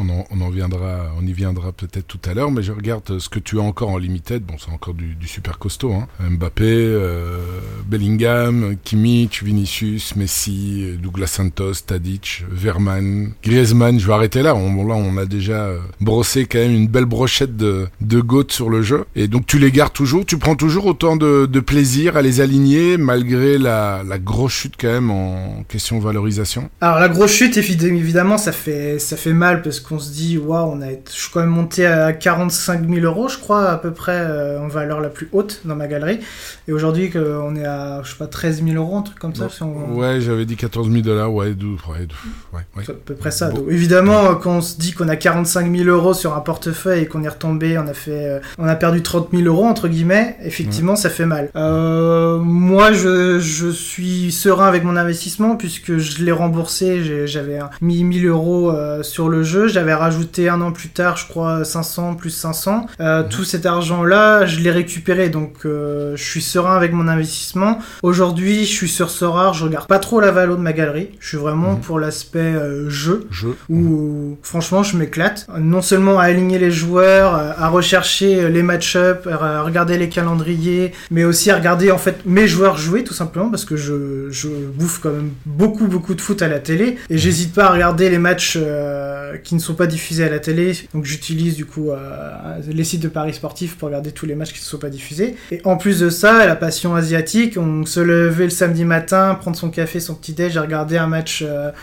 on y viendra peut-être tout à l'heure, mais je regarde ce que tu as encore en limited, c'est encore du super costaud, hein. Mbappé, Bellingham, Kimmich, Vinicius, Messi, Douglas Santos, Tadic, Verman, Griezmann. Je vais arrêter là. On a déjà brossé quand même une belle brochette de GOAT sur le jeu. Et donc tu les gardes toujours. Tu prends toujours autant de plaisir à les aligner malgré la grosse chute quand même en question valorisation. Alors la grosse chute, évidemment, ça fait mal parce qu'on se dit je suis quand même monté à 45 000 €, je crois à peu près en valeur la plus haute dans ma galerie. Et aujourd'hui, on est à, 13 000 €, un truc comme ça. Ouais, j'avais dit 14 000 $, ouais. C'est à peu près ça. Donc, évidemment, quand on se dit qu'on a 45 000 € sur un portefeuille et qu'on est retombé, on a perdu 30 000 €, entre guillemets, effectivement, ça fait mal. Moi, je suis serein avec mon investissement puisque je l'ai remboursé, j'avais mis 1 000 € sur le jeu, j'avais rajouté un an plus tard, je crois, 500 plus 500. Tout cet argent-là, je l'ai récupéré, donc je suis serein avec mon investissement. Aujourd'hui, je suis sur Sorare, je regarde pas trop la valo de ma galerie. Je suis vraiment pour l'aspect jeu. Où franchement, je m'éclate. Non seulement à aligner les joueurs, à rechercher les match-up, à regarder les calendriers, mais aussi à regarder en fait mes joueurs jouer tout simplement parce que je bouffe quand même beaucoup de foot à la télé et j'hésite pas à regarder les matchs qui ne sont pas diffusés à la télé. Donc j'utilise du coup les sites de paris sportifs pour regarder tous les matchs qui ne sont pas diffusés. Et en plus de ça, la passion asiatique, on se levait le samedi matin, prendre son café, son petit déj, et regarder un match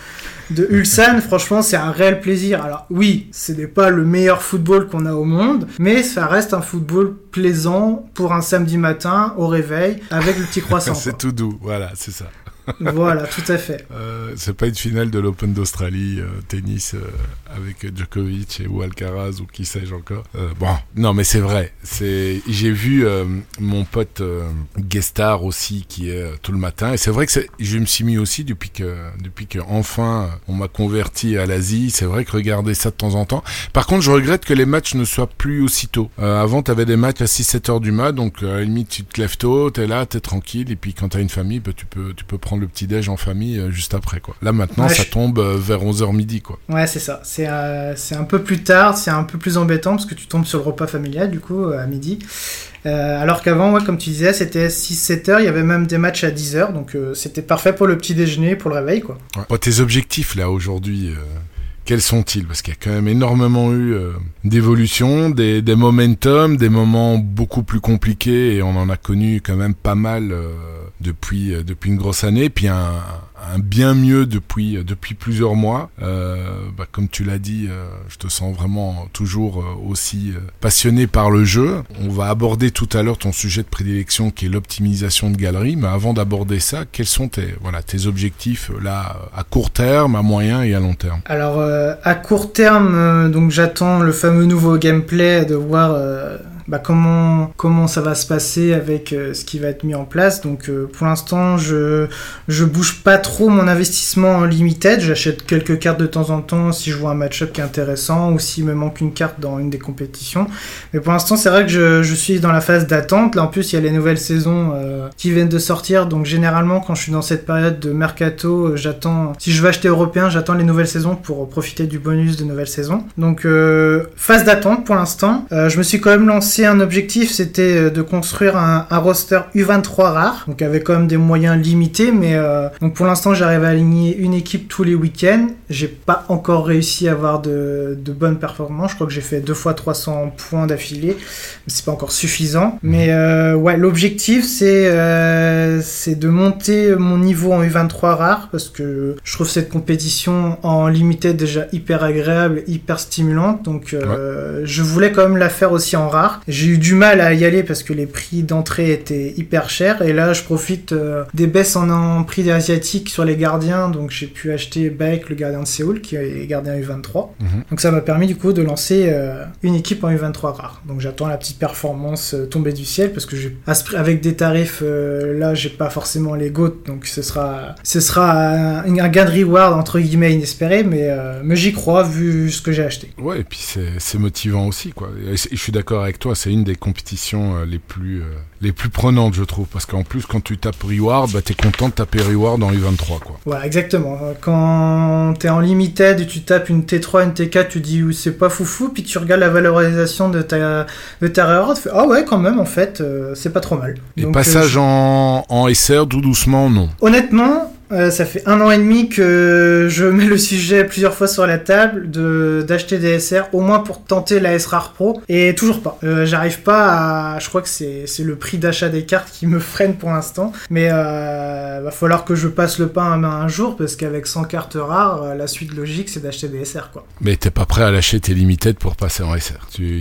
de Ulsan, franchement c'est un réel plaisir. Alors oui, ce n'est pas le meilleur football qu'on a au monde, mais ça reste un football plaisant pour un samedi matin au réveil avec le petit croissant. C'est tout doux, voilà, c'est ça. Voilà, tout à fait. C'est pas une finale de l'Open d'Australie tennis avec Djokovic ou Alcaraz ou qui sais-je encore. Non mais c'est vrai. J'ai vu mon pote Guestar aussi qui est tout le matin et c'est vrai que je me suis mis aussi depuis que enfin on m'a converti à l'Asie. C'est vrai que regarder ça de temps en temps. Par contre, je regrette que les matchs ne soient plus aussitôt. Avant, t'avais des matchs à 6-7 heures du mat, donc à la limite tu te lèves tôt, t'es là, t'es tranquille et puis quand t'as une famille, tu peux prendre le petit-déj en famille juste après, quoi. Là, maintenant, ça tombe vers 11h midi, quoi. Ouais, c'est ça. C'est un peu plus tard, c'est un peu plus embêtant parce que tu tombes sur le repas familial, du coup, à midi. Alors qu'avant, comme tu disais, c'était 6-7 heures, il y avait même des matchs à 10 heures, donc c'était parfait pour le petit déjeuner, pour le réveil, quoi. Ouais. Tes objectifs, là, aujourd'hui, quels sont-ils? Parce qu'il y a quand même énormément eu d'évolution, des momentum, des moments beaucoup plus compliqués, et on en a connu quand même pas mal depuis une grosse année, puis un un bien mieux depuis plusieurs mois. Comme tu l'as dit, je te sens vraiment toujours aussi passionné par le jeu. On va aborder tout à l'heure ton sujet de prédilection qui est l'optimisation de galeries, mais avant d'aborder ça, quels sont tes objectifs là à court terme, à moyen et à long terme? Alors à court terme, donc j'attends le fameux nouveau gameplay, de voir comment ça va se passer avec ce qui va être mis en place. Donc pour l'instant je bouge pas trop mon investissement en limited, j'achète quelques cartes de temps en temps si je vois un match-up qui est intéressant ou s'il me manque une carte dans une des compétitions, mais pour l'instant c'est vrai que je suis dans la phase d'attente. Là en plus il y a les nouvelles saisons qui viennent de sortir, donc généralement quand je suis dans cette période de mercato, si je veux acheter européen, j'attends les nouvelles saisons pour profiter du bonus de nouvelles saisons. Donc phase d'attente pour l'instant. Je me suis quand même lancé un objectif, c'était de construire un roster U23 rare, donc avec quand même des moyens limités, mais donc pour l'instant j'arrive à aligner une équipe tous les week-ends. J'ai pas encore réussi à avoir de bonnes performances, je crois que j'ai fait 2 fois 300 points d'affilée, mais c'est pas encore suffisant. Mais l'objectif c'est de monter mon niveau en U23 rare, parce que je trouve cette compétition en limited déjà hyper agréable, hyper stimulante, donc je voulais quand même la faire aussi en rare. J'ai eu du mal à y aller parce que les prix d'entrée étaient hyper chers, et là je profite des baisses en prix asiatiques sur les gardiens, donc j'ai pu acheter Baek, le gardien de Séoul, qui est gardien U23. Donc ça m'a permis du coup de lancer une équipe en U23 rare. Donc j'attends la petite performance tombée du ciel, parce que avec des tarifs là j'ai pas forcément les GOAT, donc ce sera un gain de reward entre guillemets inespéré, mais j'y crois vu ce que j'ai acheté. Ouais, et puis c'est motivant aussi, quoi. Et je suis d'accord avec toi, c'est une des compétitions les plus prenantes, je trouve, parce qu'en plus quand tu tapes reward, t'es content de taper reward en U23, quoi. Voilà, exactement. Quand t'es en limited et tu tapes une T3, une T4, tu dis c'est pas foufou, puis tu regardes la valorisation de ta reward, tu fais ah ouais quand même en fait c'est pas trop mal. Et donc, passage en SR tout doucement, non. Honnêtement, ça fait 1 an et demi que je mets le sujet plusieurs fois sur la table d'acheter des SR, au moins pour tenter la S-Rare Pro, et toujours pas. J'arrive pas à... Je crois que c'est le prix d'achat des cartes qui me freine pour l'instant, mais va falloir que je passe le pas un jour, parce qu'avec 100 cartes rares, la suite logique c'est d'acheter des SR, quoi. Mais t'es pas prêt à lâcher tes limited pour passer en SR.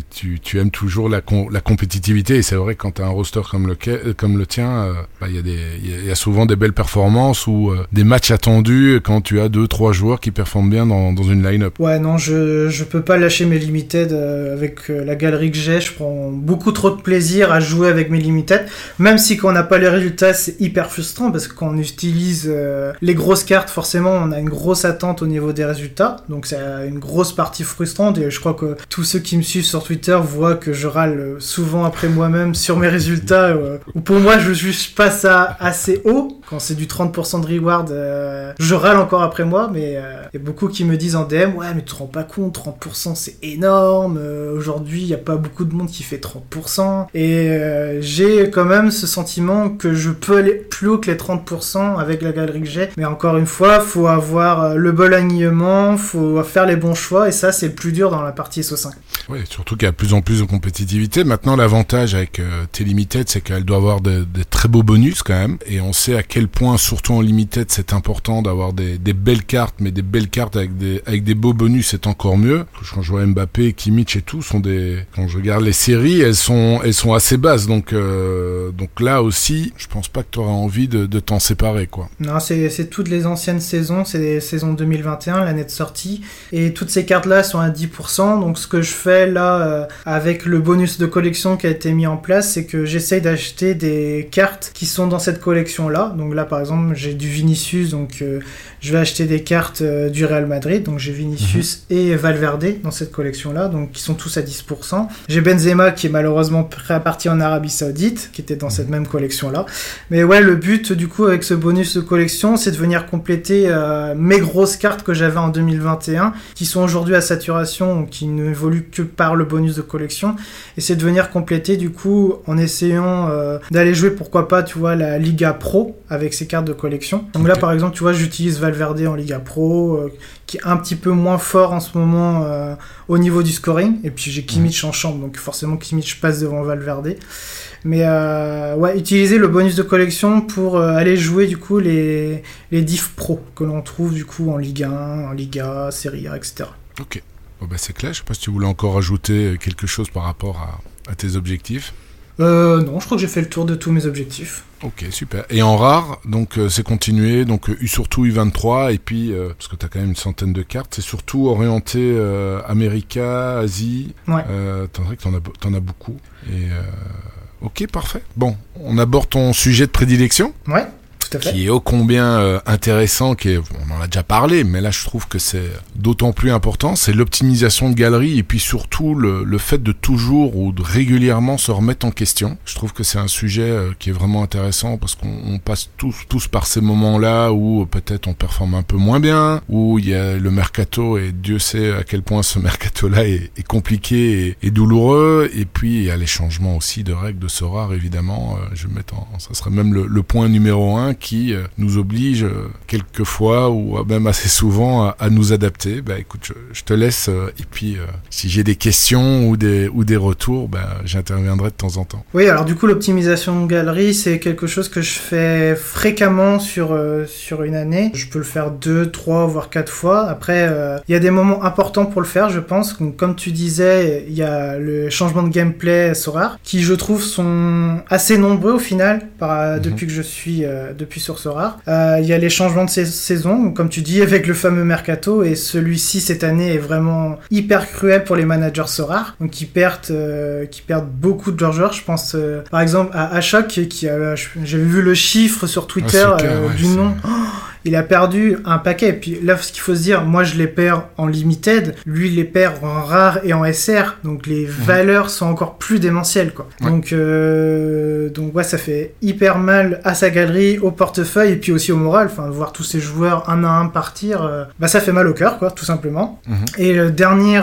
Tu aimes toujours la compétitivité, et c'est vrai que quand t'as un roster comme le tien, il y a souvent des belles performances ou des matchs attendus quand tu as 2-3 joueurs qui performent bien dans une line-up. Ouais, non, je peux pas lâcher mes limited avec la galerie que j'ai. Je prends beaucoup trop de plaisir à jouer avec mes limited, même si quand on n'a pas les résultats c'est hyper frustrant, parce que quand on utilise les grosses cartes, forcément on a une grosse attente au niveau des résultats, donc c'est une grosse partie frustrante, et je crois que tous ceux qui me suivent sur Twitter voient que je râle souvent après moi-même sur mes résultats, ou pour moi je juge pas ça assez haut. Quand c'est du 30% de reward, je râle encore après moi, mais il y a beaucoup qui me disent en DM, ouais mais tu te rends pas compte, 30% c'est énorme, aujourd'hui il y a pas beaucoup de monde qui fait 30%, et j'ai quand même ce sentiment que je peux aller plus haut que les 30% avec la galerie que j'ai, mais encore une fois faut avoir le bon alignement, faut faire les bons choix, et ça c'est le plus dur dans la partie SO5. Oui, surtout qu'il y a de plus en plus de compétitivité. Maintenant, l'avantage avec T-Limited, c'est qu'elle doit avoir des très beaux bonus quand même, et on sait à quel point, surtout en Limited, c'est important d'avoir des belles cartes, mais des belles cartes avec des beaux bonus, c'est encore mieux. Quand je vois Mbappé, Kimmich et tout, quand je regarde les séries, elles sont assez basses, donc là aussi, je pense pas que tu auras envie de t'en séparer, quoi. Non, c'est toutes les anciennes saisons, c'est les saisons 2021, l'année de sortie, et toutes ces cartes-là sont à 10%, donc ce que je fais là, avec le bonus de collection qui a été mis en place, c'est que j'essaye d'acheter des cartes qui sont dans cette collection-là. Donc là, par exemple, j'ai du Vinicius, donc je vais acheter des cartes du Real Madrid, donc j'ai Vinicius et Valverde dans cette collection-là, donc qui sont tous à 10%. J'ai Benzema qui est malheureusement parti en Arabie Saoudite, qui était dans cette même collection-là. Mais ouais, le but du coup avec ce bonus de collection, c'est de venir compléter mes grosses cartes que j'avais en 2021, qui sont aujourd'hui à saturation, qui ne évoluent que par le bonus de collection, et c'est de venir compléter du coup en essayant d'aller jouer pourquoi pas, tu vois, la Liga Pro avec ces cartes de collection. Donc là par exemple, tu vois, j'utilise Valverde en Liga Pro, qui est un petit peu moins fort en ce moment au niveau du scoring, et puis j'ai Kimmich en chambre, donc forcément Kimmich passe devant Valverde. Mais ouais, utiliser le bonus de collection pour aller jouer du coup les diffs pro que l'on trouve du coup en Ligue 1, en Liga, Serie A, etc. Ok, bon, bah, c'est clair. Je sais pas si tu voulais encore ajouter quelque chose par rapport à tes objectifs. Non, je crois que j'ai fait le tour de tous mes objectifs. Ok, super. Et en rare, donc c'est continué, donc surtout U23, et puis, parce que tu as quand même une centaine de cartes, c'est surtout orienté America, Asie. Ouais. T'en vrai que t'en as beaucoup. Et ok, parfait. Bon, on aborde ton sujet de prédilection. Ouais. Qui est ô combien intéressant, on en a déjà parlé, mais là je trouve que c'est d'autant plus important, c'est l'optimisation de galeries et puis surtout le fait de toujours ou de régulièrement se remettre en question. Je trouve que c'est un sujet qui est vraiment intéressant parce qu'on passe tous par ces moments-là où peut-être on performe un peu moins bien, où il y a le mercato et Dieu sait à quel point ce mercato-là est compliqué et douloureux, et puis il y a les changements aussi de règles de Sorare évidemment, ça serait même le point numéro 1 qui nous oblige quelquefois ou même assez souvent à nous adapter. Bah écoute, je te laisse et puis si j'ai des questions ou des retours, j'interviendrai de temps en temps. Oui, alors du coup l'optimisation de galerie, c'est quelque chose que je fais fréquemment sur une année. Je peux le faire 2, 3 voire 4 fois. Après il y a des moments importants pour le faire, je pense. Donc, comme tu disais, il y a le changement de gameplay Sorare qui je trouve sont assez nombreux au final depuis que je suis sur Sorare. Il y a les changements de saison, comme tu dis, avec le fameux mercato, et celui-ci cette année est vraiment hyper cruel pour les managers Sorare, donc qui perdent beaucoup de leurs joueurs. Je pense par exemple à Ashok, j'avais vu le chiffre sur Twitter du nom. Il a perdu un paquet. Et puis là, ce qu'il faut se dire, moi je les perds en limited, lui il les perd en rare et en SR, donc les valeurs sont encore plus démentielles, quoi. Ouais. Donc ouais, ça fait hyper mal à sa galerie, au portefeuille et puis aussi au moral. Enfin, voir tous ces joueurs un à un partir, ça fait mal au cœur, quoi, tout simplement. Et le dernier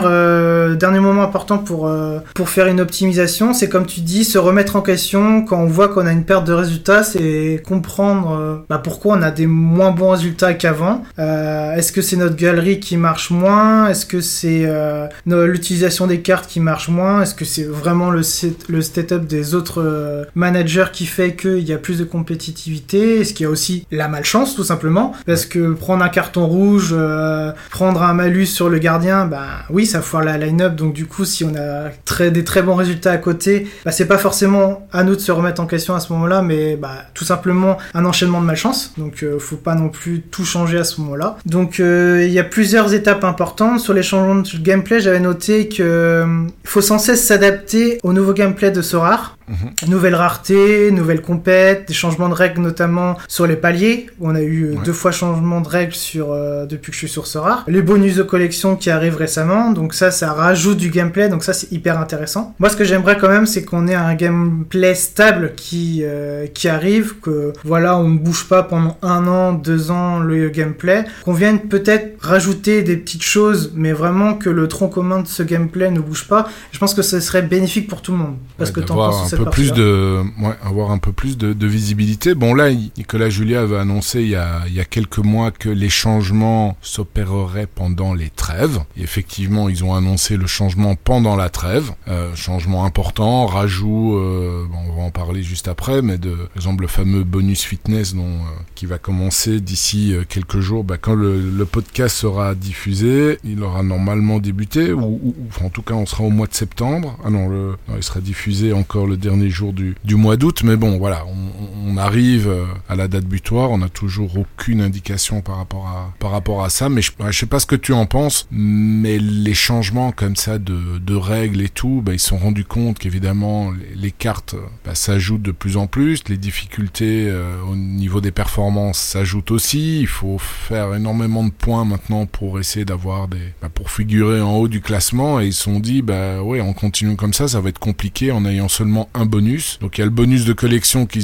moment important pour faire une optimisation, c'est comme tu dis, se remettre en question quand on voit qu'on a une perte de résultats, c'est comprendre pourquoi on a des moins bons résultats qu'avant. Est-ce que c'est notre galerie qui marche moins? Est-ce que c'est l'utilisation des cartes qui marche moins? Est-ce que c'est vraiment le setup des autres managers qui fait qu'il y a plus de compétitivité? Est-ce qu'il y a aussi la malchance, tout simplement? Parce que prendre un carton rouge, prendre un malus sur le gardien, oui, ça foire la line-up. Donc du coup, si on a des très bons résultats à côté, c'est pas forcément à nous de se remettre en question à ce moment-là, mais tout simplement un enchaînement de malchance. Donc faut pas non plus tout changer à ce moment-là. Donc il y a plusieurs étapes importantes. Sur les changements de gameplay, j'avais noté que faut sans cesse s'adapter au nouveau gameplay de Sorare. Nouvelle rareté, nouvelles compètes, des changements de règles notamment sur les paliers, où on a eu 2 fois changement de règles depuis que je suis sur Sorare. Les bonus de collection qui arrivent récemment, donc ça rajoute du gameplay, donc ça c'est hyper intéressant. Moi ce que j'aimerais quand même, c'est qu'on ait un gameplay stable qui arrive, que voilà, on ne bouge pas pendant 1 an, 2 ans le gameplay, qu'on vienne peut-être rajouter des petites choses, mais vraiment que le tronc commun de ce gameplay ne bouge pas. Je pense que ce serait bénéfique pour tout le monde. Parce que t'en penses cette partie-là. Avoir un peu plus de visibilité. Bon là, Nicolas Julia avait annoncé il y a quelques mois que les changements s'opéreraient pendant les trêves. Et effectivement, ils ont annoncé le changement pendant la trêve. Changement important, rajout, on va en parler juste après, mais par exemple le fameux bonus fitness qui va commencer d'ici quelques jours. Quand le podcast sera diffusé, il aura normalement débuté, ou en tout cas on sera au mois de septembre. Il sera diffusé encore le dernier jour du mois d'août, mais bon voilà, on arrive à la date butoir, on n'a toujours aucune indication par rapport à ça, mais je sais pas ce que tu en penses, mais les changements comme ça de règles et tout, ils se sont rendus compte qu'évidemment les cartes s'ajoutent de plus en plus, les difficultés au niveau des performances s'ajoutent aussi, il faut faire énormément de points maintenant pour essayer d'avoir pour figurer en haut du classement, et ils se sont dit on continue comme ça va être compliqué en ayant seulement un bonus. Donc il y a le bonus de collection qu'ils ont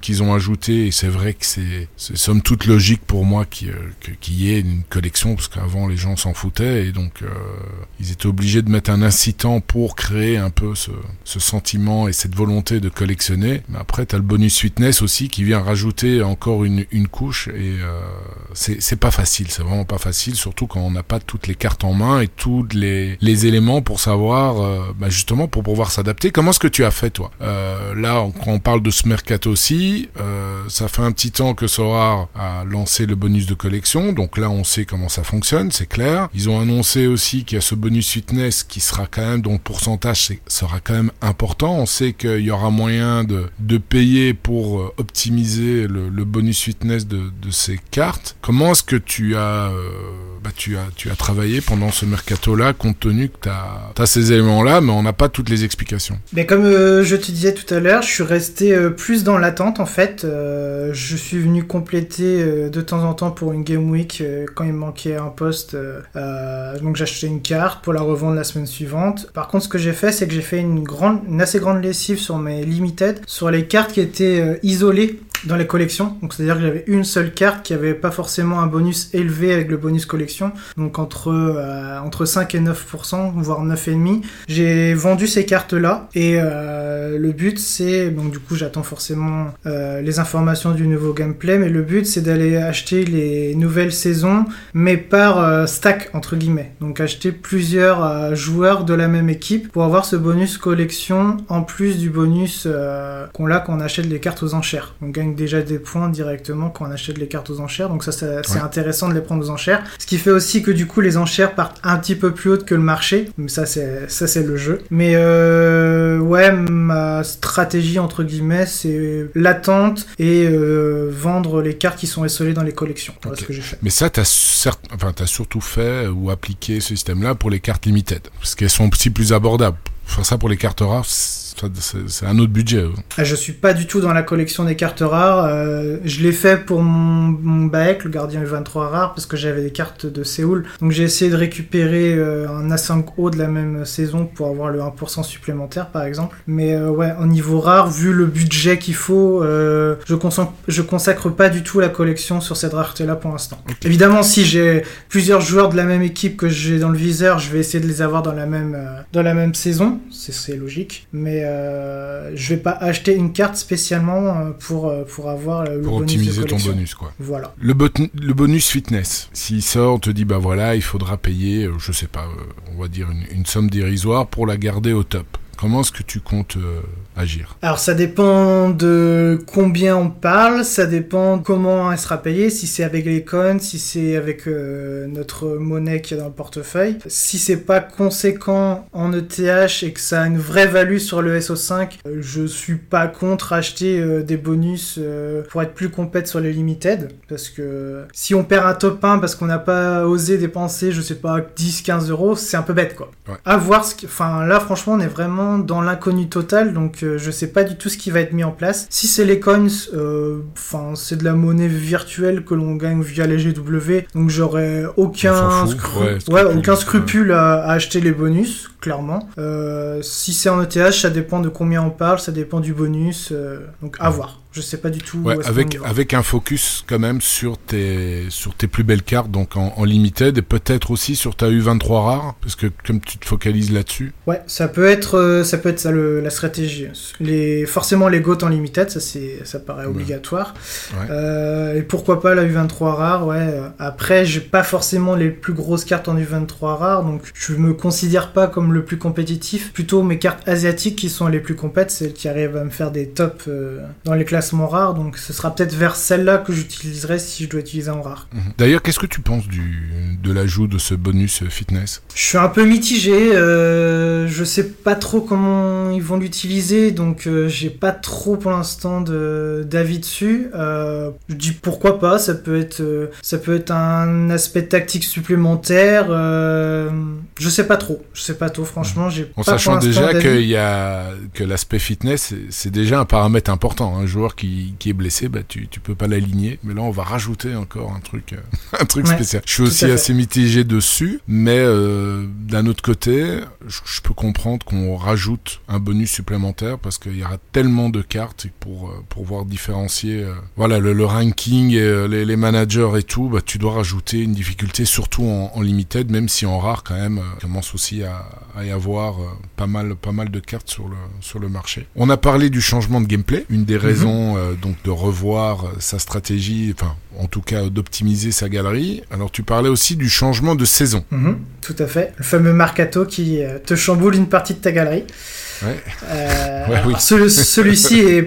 qu'ils ont ajouté, et c'est vrai que c'est somme toute logique pour moi qu'il y ait une collection, parce qu'avant les gens s'en foutaient, et donc ils étaient obligés de mettre un incitant pour créer un peu ce sentiment et cette volonté de collectionner. Mais après t'as le bonus fitness aussi qui vient rajouter encore une couche, et c'est pas facile, c'est vraiment pas facile, surtout quand on n'a pas toutes les cartes en main et tous les éléments pour savoir justement pour pouvoir s'adapter. Comment est-ce que tu as fait toi? Là quand on parle de ce mercato aussi, ça fait un petit temps que Sorare a lancé le bonus de collection, donc là on sait comment ça fonctionne, c'est clair. Ils ont annoncé aussi qu'il y a ce bonus fitness qui sera quand même, dont le pourcentage sera quand même important. On sait qu'il y aura moyen de payer pour optimiser le bonus fitness de ces cartes. Comment est-ce que tu as travaillé pendant ce mercato-là, compte tenu que t'as ces éléments-là, mais on n'a pas toutes les explications? Mais comme je te disais tout à l'heure, je suis resté plus dans l'attente en fait. Je suis venu compléter de temps en temps pour une Game Week quand il me manquait un poste. Donc j'achetais une carte pour la revendre la semaine suivante. Par contre, ce que j'ai fait, c'est que j'ai fait une assez grande lessive sur mes limited, sur les cartes qui étaient isolées dans les collections. Donc c'est-à-dire que j'avais une seule carte qui avait pas forcément un bonus élevé avec le bonus collection. Donc entre 5 et 9%, voire 9,5%. J'ai vendu ces cartes-là et le but c'est, donc du coup j'attends forcément les informations du nouveau gameplay, mais le but c'est d'aller acheter les nouvelles saisons, mais par stack entre guillemets. Donc acheter plusieurs joueurs de la même équipe pour avoir ce bonus collection en plus du bonus qu'on a quand on achète les cartes aux enchères. On gagne déjà des points directement quand on achète les cartes aux enchères, donc ça c'est intéressant de les prendre aux enchères, ce qui fait aussi que du coup les enchères partent un petit peu plus hautes que le marché, mais ça c'est le jeu. Mais ma stratégie entre guillemets c'est l'attente et vendre les cartes qui sont essolées dans les collections. Voilà ce que j'ai fait. Mais ça t'as surtout fait ou appliqué ce système là pour les cartes limited, parce qu'elles sont aussi plus abordables. Faire ça pour les cartes rares, c'est un autre budget. Je suis pas du tout dans la collection des cartes rares. Je l'ai fait pour mon Baek, le gardien U23 rare, parce que j'avais des cartes de Séoul. Donc j'ai essayé de récupérer un A5O de la même saison pour avoir le 1% supplémentaire, par exemple. Mais au niveau rare, vu le budget qu'il faut, je consacre pas du tout la collection sur cette rareté-là pour l'instant. Okay. Évidemment, si j'ai plusieurs joueurs de la même équipe que j'ai dans le viseur, je vais essayer de les avoir dans la même saison. C'est logique. Mais je vais pas acheter une carte spécialement pour avoir le pour bonus optimiser de ton bonus quoi. Voilà. Le bonus fitness, s'il sort, on te dit voilà, il faudra payer, je sais pas, on va dire une somme dérisoire pour la garder au top. Comment est-ce que tu comptes agir? Alors ça dépend de combien on parle, ça dépend comment elle sera payée, si c'est avec les coins, si c'est avec notre monnaie qu'il y a dans le portefeuille. Si c'est pas conséquent en ETH et que ça a une vraie value sur le SO5, je suis pas contre acheter des bonus pour être plus compète sur les limited, parce que si on perd un top 1 parce qu'on n'a pas osé dépenser, je sais pas, 10-15 euros, c'est un peu bête quoi. Ouais. À voir là franchement on est vraiment dans l'inconnu total, donc je sais pas du tout ce qui va être mis en place. Si c'est les coins, c'est de la monnaie virtuelle que l'on gagne via les GW, donc j'aurais aucun scrupule à acheter les bonus, clairement. Si c'est en ETH, ça dépend de combien on parle, ça dépend du bonus, donc à voir. Je sais pas du tout. Ouais, avec un focus quand même sur tes plus belles cartes, donc en limited, et peut-être aussi sur ta U23 rare, parce que comme tu te focalises là-dessus. Ouais, ça peut être ça la stratégie. Forcément les GOAT en limited, ça paraît obligatoire. Ouais. Et pourquoi pas la U23 rare, ouais. Après, j'ai pas forcément les plus grosses cartes en U23 rare, donc je me considère pas comme le plus compétitif. Plutôt mes cartes asiatiques qui sont les plus compètes, celles qui arrivent à me faire des tops dans les classes rare, donc ce sera peut-être vers celle-là que j'utiliserai si je dois utiliser en rare. D'ailleurs, qu'est-ce que tu penses de l'ajout de ce bonus fitness? Je suis un peu mitigé, je sais pas trop comment ils vont l'utiliser, donc j'ai pas trop pour l'instant d'avis dessus. Je dis pourquoi pas, ça peut être un aspect tactique supplémentaire, je sais pas trop mercato. Franchement, j'ai En pas sachant pour l'instant déjà d'avis. que l'aspect fitness, c'est déjà un paramètre important. Un joueur qui est blessé, bah, tu peux pas l'aligner. Mais là, on va rajouter encore un truc Ouais, spécial. Je suis tout aussi à fait. assez mitigé dessus, mais d'un autre côté, je peux comprendre qu'on rajoute un bonus supplémentaire parce qu'il y aura tellement de cartes pour pouvoir différencier voilà, le ranking et les managers et tout, bah, tu dois rajouter une difficulté, surtout en limited, même si en rare, quand même, commence aussi à y avoir pas mal de cartes sur le marché. On a parlé du changement de gameplay, une des raisons donc de revoir sa stratégie, enfin en tout cas d'optimiser sa galerie. Alors tu parlais aussi du changement de saison. Tout à fait. Le fameux mercato qui te chamboule une partie de ta galerie. Ouais. Alors, celui-ci est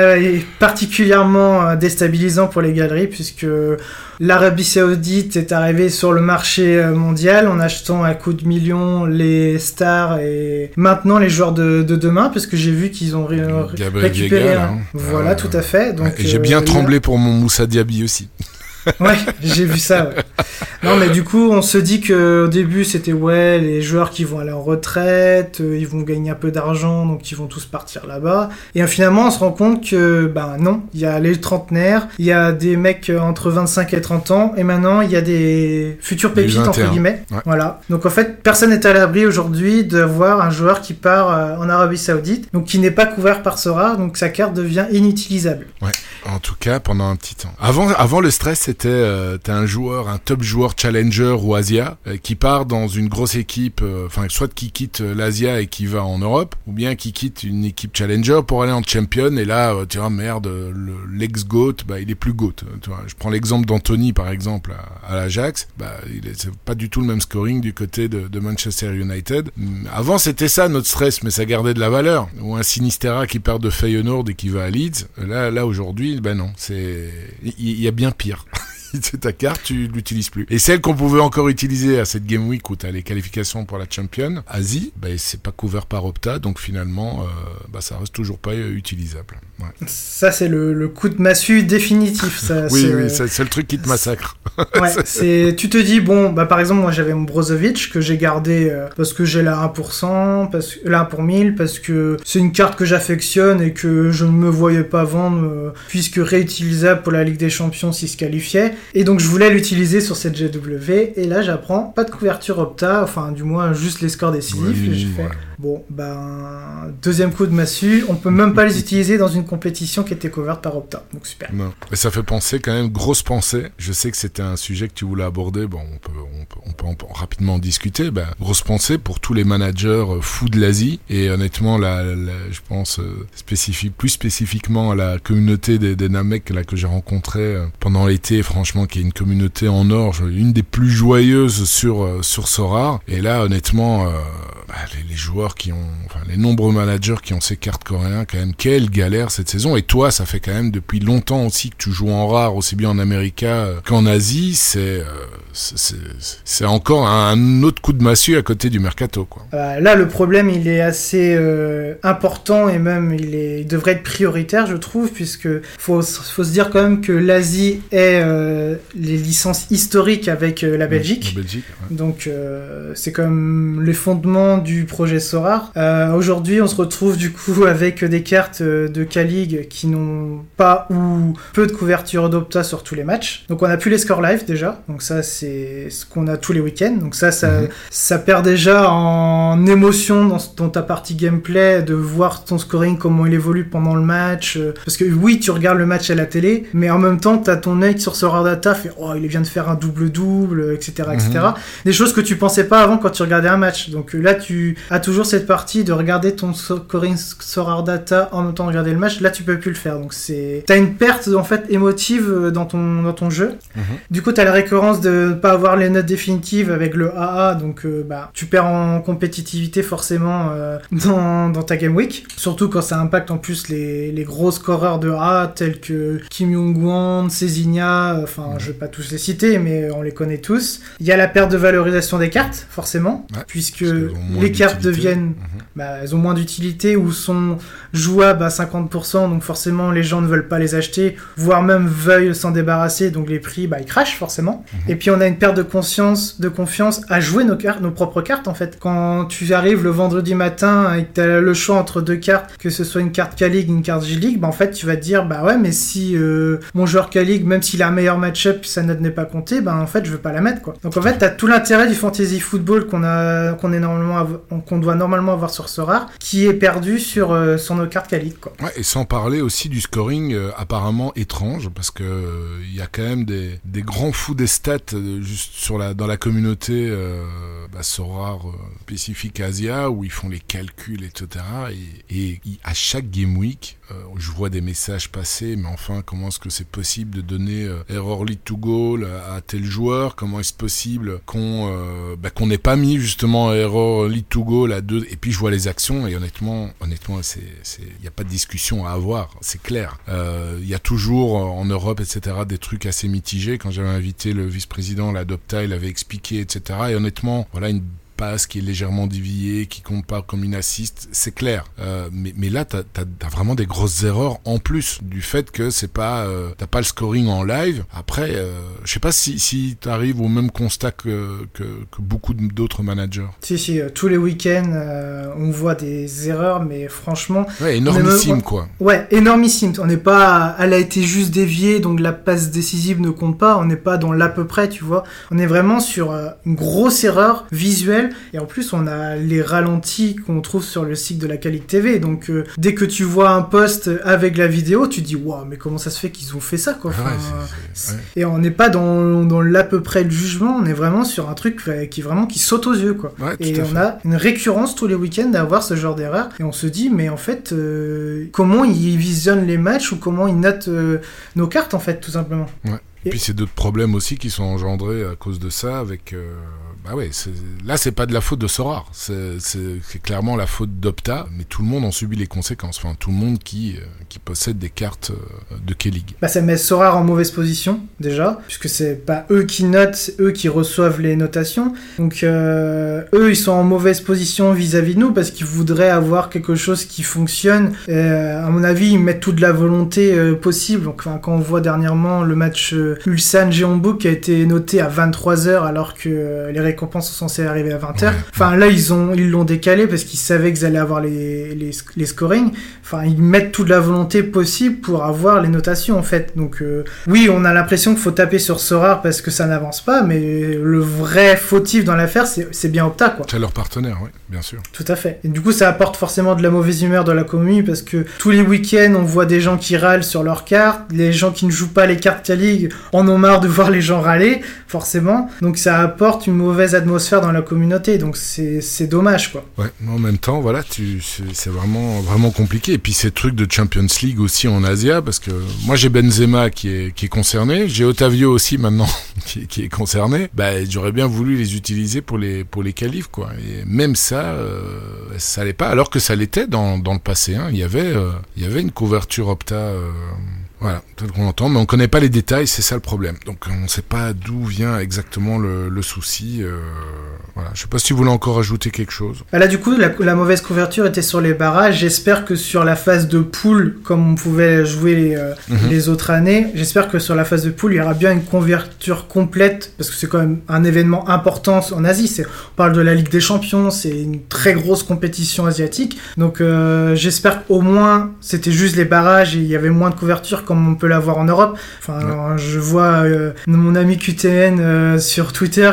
particulièrement déstabilisant pour les galeries puisque l'Arabie Saoudite est arrivée sur le marché mondial en achetant à coups de millions les stars et maintenant les joueurs de demain puisque j'ai vu qu'ils ont récupéré Vieira, hein. Voilà, tout à fait. Donc, et j'ai bien tremblé pour mon Moussa Diaby aussi. Ouais, j'ai vu ça. Ouais. Non, mais du coup, on se dit que au début, c'était les joueurs qui vont aller en retraite, ils vont gagner un peu d'argent, donc ils vont tous partir là-bas. Et finalement, on se rend compte que, non, il y a les trentenaires, il y a des mecs entre 25 et 30 ans, et maintenant, il y a des futurs pépites, entre guillemets. Ouais. Voilà. Donc en fait, personne n'est à l'abri aujourd'hui d'avoir un joueur qui part en Arabie Saoudite, donc qui n'est pas couvert par Sora, donc sa carte devient inutilisable. Ouais. En tout cas, pendant un petit temps. Avant le stress, c'était t'as un top joueur challenger ou Asia qui part dans une grosse équipe, soit qui quitte l'Asia et qui va en Europe, ou bien qui quitte une équipe challenger pour aller en champion. Et là, tu vois, merde, l'ex-GOAT, il est plus GOAT. Tu vois, je prends l'exemple d'Anthony, par exemple, à l'Ajax. C'est pas du tout le même scoring du côté de Manchester United. Avant, c'était ça notre stress, mais ça gardait de la valeur. Ou un Sinistera qui part de Feyenoord et qui va à Leeds. Là aujourd'hui, non, il y a bien pire. Ta carte, tu l'utilises plus. Et celle qu'on pouvait encore utiliser à cette Game Week où tu as les qualifications pour la Champion, Asie, c'est pas couvert par Opta, donc finalement, ça reste toujours pas utilisable. Ouais. Ça, c'est le coup de massue définitif. Ça, oui, c'est le truc qui te massacre. Ouais, tu te dis, par exemple, moi j'avais mon Brozovic que j'ai gardé parce que j'ai la 1%, la 1 pour 1000, parce que c'est une carte que j'affectionne et que je ne me voyais pas vendre puisque réutilisable pour la Ligue des Champions s'il se qualifiait. Et donc je voulais l'utiliser sur cette GW, et là j'apprends, pas de couverture Opta, enfin du moins juste les scores décisifs, et j'ai fait, deuxième coup de massue, on peut même pas les utiliser dans une compétition qui était couverte par Opta, donc super. Non. Et ça fait penser quand même, grosse pensée, je sais que c'était un sujet que tu voulais aborder, on peut rapidement en discuter, grosse pensée pour tous les managers fous de l'Asie, et honnêtement, je pense plus spécifiquement à la communauté des Namek là, que j'ai rencontré pendant l'été, franchement, qui est une communauté en or, une des plus joyeuses sur Sora. Et là, honnêtement, les joueurs les nombreux managers qui ont ces cartes coréens, quand même, quelle galère cette saison. Et toi, ça fait quand même depuis longtemps aussi que tu joues en rare, aussi bien en Amérique qu'en Asie. C'est encore un autre coup de massue à côté du mercato, quoi. Là, le problème, il est assez important et même il devrait être prioritaire, je trouve, puisque faut se dire quand même que l'Asie est les licences historiques avec la Belgique. La Belgique, ouais. Donc c'est quand même les fondements du projet Sora. Aujourd'hui, on se retrouve du coup avec des cartes de K-League qui n'ont pas ou peu de couverture d'Opta sur tous les matchs. Donc on a plus les scores live déjà. Donc ça, c'est ce qu'on a tous les week-ends. Donc ça perd déjà en émotion dans ta partie gameplay de voir ton scoring, comment il évolue pendant le match. Parce que oui, tu regardes le match à la télé, mais en même temps, t'as ton œil sur Sora Data, fait il vient de faire un double-double, etc., etc. Des choses que tu pensais pas avant quand tu regardais un match. Donc là, tu as toujours cette partie de regarder ton scoring Sora Data en même temps de regarder le match. Là, tu peux plus le faire. Donc t'as une perte en fait émotive dans ton jeu. Du coup, t'as la récurrence de pas avoir les notes définitives avec le AA, donc tu perds en compétitivité forcément dans ta Game Week. Surtout quand ça impacte en plus les gros scoreurs de AA tels que Kim Young-won, Cézinha, je vais pas tous les citer, mais on les connaît tous. Il y a la perte de valorisation des cartes, forcément, puisque les cartes deviennent week-end, elles ont moins d'utilité ou sont jouables à 50%, donc forcément les gens ne veulent pas les acheter, voire même veulent s'en débarrasser, donc les prix ils crashent forcément. Et puis on a une perte de confiance à jouer nos propres cartes en fait. Quand tu arrives le vendredi matin et que tu as le choix entre deux cartes, que ce soit une carte K-League, une carte J-League, en fait tu vas te dire ouais, mais si mon joueur K-League, même s'il a un meilleur match-up, sa note n'est pas comptée, en fait je veux pas la mettre quoi. Donc en fait t'as tout l'intérêt du fantasy football qu'on doit normalement avoir sur Sorare, qui est perdu sur nos cartes K-League quoi. Ouais, et sans parler aussi du scoring apparemment étrange, parce que il y a quand même des grands fous des stats juste dans la communauté Sorare spécifique Asia, où ils font les calculs etc. Et à chaque game week je vois des messages passer, mais enfin comment est-ce que c'est possible de donner error lead to goal à tel joueur, comment est-ce possible qu'on n'ait pas mis justement error lead to goal à 2, et puis je vois les actions et honnêtement il n'y a pas de discussion à avoir, c'est clair. Il y a toujours en Europe etc. des trucs assez mitigés. Quand j'avais invité le vice-président, l'Adopta, il avait expliqué etc. Et honnêtement voilà, une passe qui est légèrement déviée, qui compte pas comme une assist, c'est clair. Mais là, t'as vraiment des grosses erreurs en plus du fait que c'est pas, t'as pas le scoring en live. Après, je sais pas si t'arrives au même constat que beaucoup d'autres managers. Si, tous les week-ends, on voit des erreurs, mais franchement... Ouais, énormissime, quoi. Ouais, énormissime. On n'est pas... Elle a été juste déviée, donc la passe décisive ne compte pas. On n'est pas dans l'à peu près, tu vois. On est vraiment sur une grosse erreur visuelle. Et en plus, on a les ralentis qu'on trouve sur le site de la K-League TV. Donc, dès que tu vois un post avec la vidéo, tu te dis, waouh, mais comment ça se fait qu'ils ont fait ça, quoi. Enfin, ouais. Et on n'est pas dans l'à peu près le jugement. On est vraiment sur un truc qui saute aux yeux, quoi. Ouais, et on a une récurrence tous les week-ends d'avoir ce genre d'erreur. Et on se dit, mais en fait, comment ils visionnent les matchs ou comment ils notent nos cartes, en fait, tout simplement. Ouais. Et puis, c'est d'autres problèmes aussi qui sont engendrés à cause de ça avec... là c'est pas de la faute de Sorare, c'est clairement la faute d'Opta, mais tout le monde en subit les conséquences, enfin tout le monde qui possède des cartes de K-League. Ça met Sorare en mauvaise position déjà, puisque c'est pas eux qui notent, c'est eux qui reçoivent les notations, donc eux ils sont en mauvaise position vis-à-vis de nous parce qu'ils voudraient avoir quelque chose qui fonctionne. À mon avis ils mettent toute la volonté possible. Donc quand on voit dernièrement le match Ulsan Jeonbuk qui a été noté à 23h alors que les récompenses sont censées arriver à 20h. Enfin là ils l'ont décalé parce qu'ils savaient qu'ils allaient avoir les scorings. Enfin ils mettent toute la volonté possible pour avoir les notations en fait. Donc oui, on a l'impression qu'il faut taper sur Sorare parce que ça n'avance pas, mais le vrai fautif dans l'affaire c'est bien Opta quoi. C'est leur partenaire, oui, bien sûr. Tout à fait. Et du coup ça apporte forcément de la mauvaise humeur dans la commune parce que tous les week-ends on voit des gens qui râlent sur leurs cartes, les gens qui ne jouent pas les cartes K-League en ont marre de voir les gens râler forcément. Donc ça apporte une mauvaise atmosphère dans la communauté, donc c'est dommage quoi. Ouais, mais en même temps voilà, c'est vraiment compliqué. Et puis ces trucs de Champions League aussi en Asia, parce que moi j'ai Benzema qui est concerné, j'ai Otavio aussi maintenant qui est concerné. J'aurais bien voulu les utiliser pour les qualifs quoi. Et même ça l'est pas, alors que ça l'était dans le passé. Hein. Il y avait une couverture Opta. Voilà, tel qu'on l'entend, mais on connaît pas les détails, c'est ça le problème. Donc on ne sait pas d'où vient exactement le souci. Voilà, je sais pas si tu voulais encore ajouter quelque chose. Là du coup, la mauvaise couverture était sur les barrages. J'espère que sur la phase de poule, comme on pouvait jouer les autres années, j'espère que sur la phase de poule, il y aura bien une couverture complète, parce que c'est quand même un événement important en Asie. On parle de la Ligue des Champions, c'est une très grosse compétition asiatique. Donc j'espère qu'au moins c'était juste les barrages et il y avait moins de couverture comme on peut l'avoir en Europe. Enfin, je vois mon ami QTN sur Twitter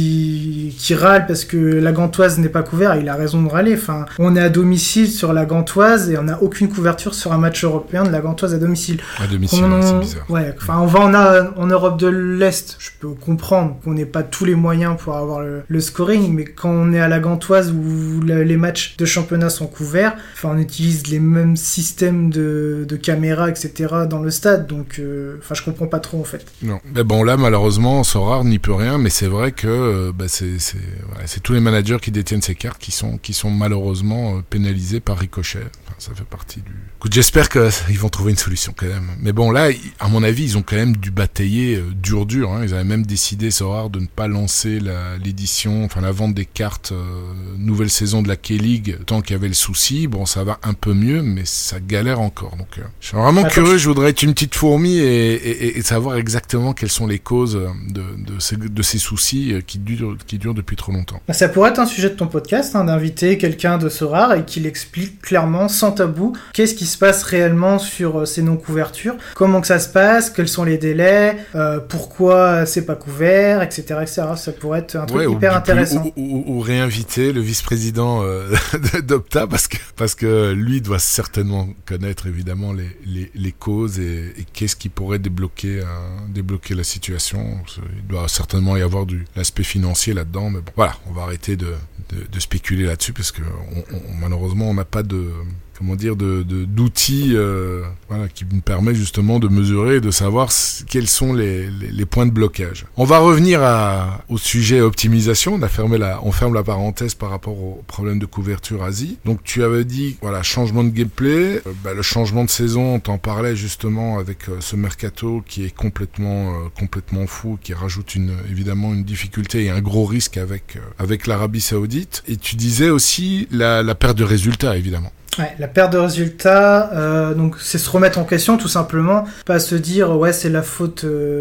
qui râle parce que la Gantoise n'est pas couverte. Il a raison de râler. Enfin, on est à domicile sur la Gantoise et on n'a aucune couverture sur un match européen de la Gantoise à domicile. À domicile, c'est bizarre. Ouais, enfin, on va en Europe de l'Est. Je peux comprendre qu'on n'ait pas tous les moyens pour avoir le scoring, mais quand on est à la Gantoise où les matchs de championnat sont couverts, enfin, on utilise les mêmes systèmes de caméras, etc. dans le stade, donc je comprends pas trop en fait. Non, mais bon là malheureusement Sorare n'y peut rien, mais c'est vrai que c'est tous les managers qui détiennent ces cartes qui sont malheureusement pénalisés par ricochet. Enfin, ça fait partie du... Écoute, j'espère qu'ils vont trouver une solution quand même. Mais bon, là, à mon avis, ils ont quand même dû batailler dur. Hein. Ils avaient même décidé, c'est rare, de ne pas lancer la vente des cartes nouvelle saison de la K-League tant qu'il y avait le souci. Bon, ça va un peu mieux, mais ça galère encore. Donc, je suis vraiment curieux. Je voudrais être une petite fourmi et savoir exactement quelles sont les causes de ces soucis qui durent depuis trop longtemps. Ça pourrait être un sujet de ton podcast, d'inviter quelqu'un de Sorare et qu'il explique clairement, sans tabou, qu'est-ce qui se passe réellement sur ces non-couvertures, comment que ça se passe, quels sont les délais, pourquoi c'est pas couvert, etc., etc. Ça pourrait être un truc hyper intéressant. Ou réinviter le vice-président d'Opta parce que lui doit certainement connaître évidemment les causes et qu'est-ce qui pourrait débloquer la situation. Il doit certainement y avoir l'aspect financier là-dedans, mais bon, voilà, on va arrêter de spéculer là-dessus parce que malheureusement on n'a pas d'outils qui nous permet justement de mesurer et de savoir quels sont les points de blocage. On va revenir au sujet optimisation. On ferme la parenthèse par rapport au problème de couverture Asie. Donc tu avais dit changement de gameplay, le changement de saison, on t'en parlait justement avec ce mercato qui est complètement fou, qui rajoute évidemment une difficulté et un gros risque avec l'Arabie Saoudite. Et tu disais aussi la perte de résultats évidemment. Ouais, la perte de résultats, donc c'est se remettre en question tout simplement, pas se dire c'est la faute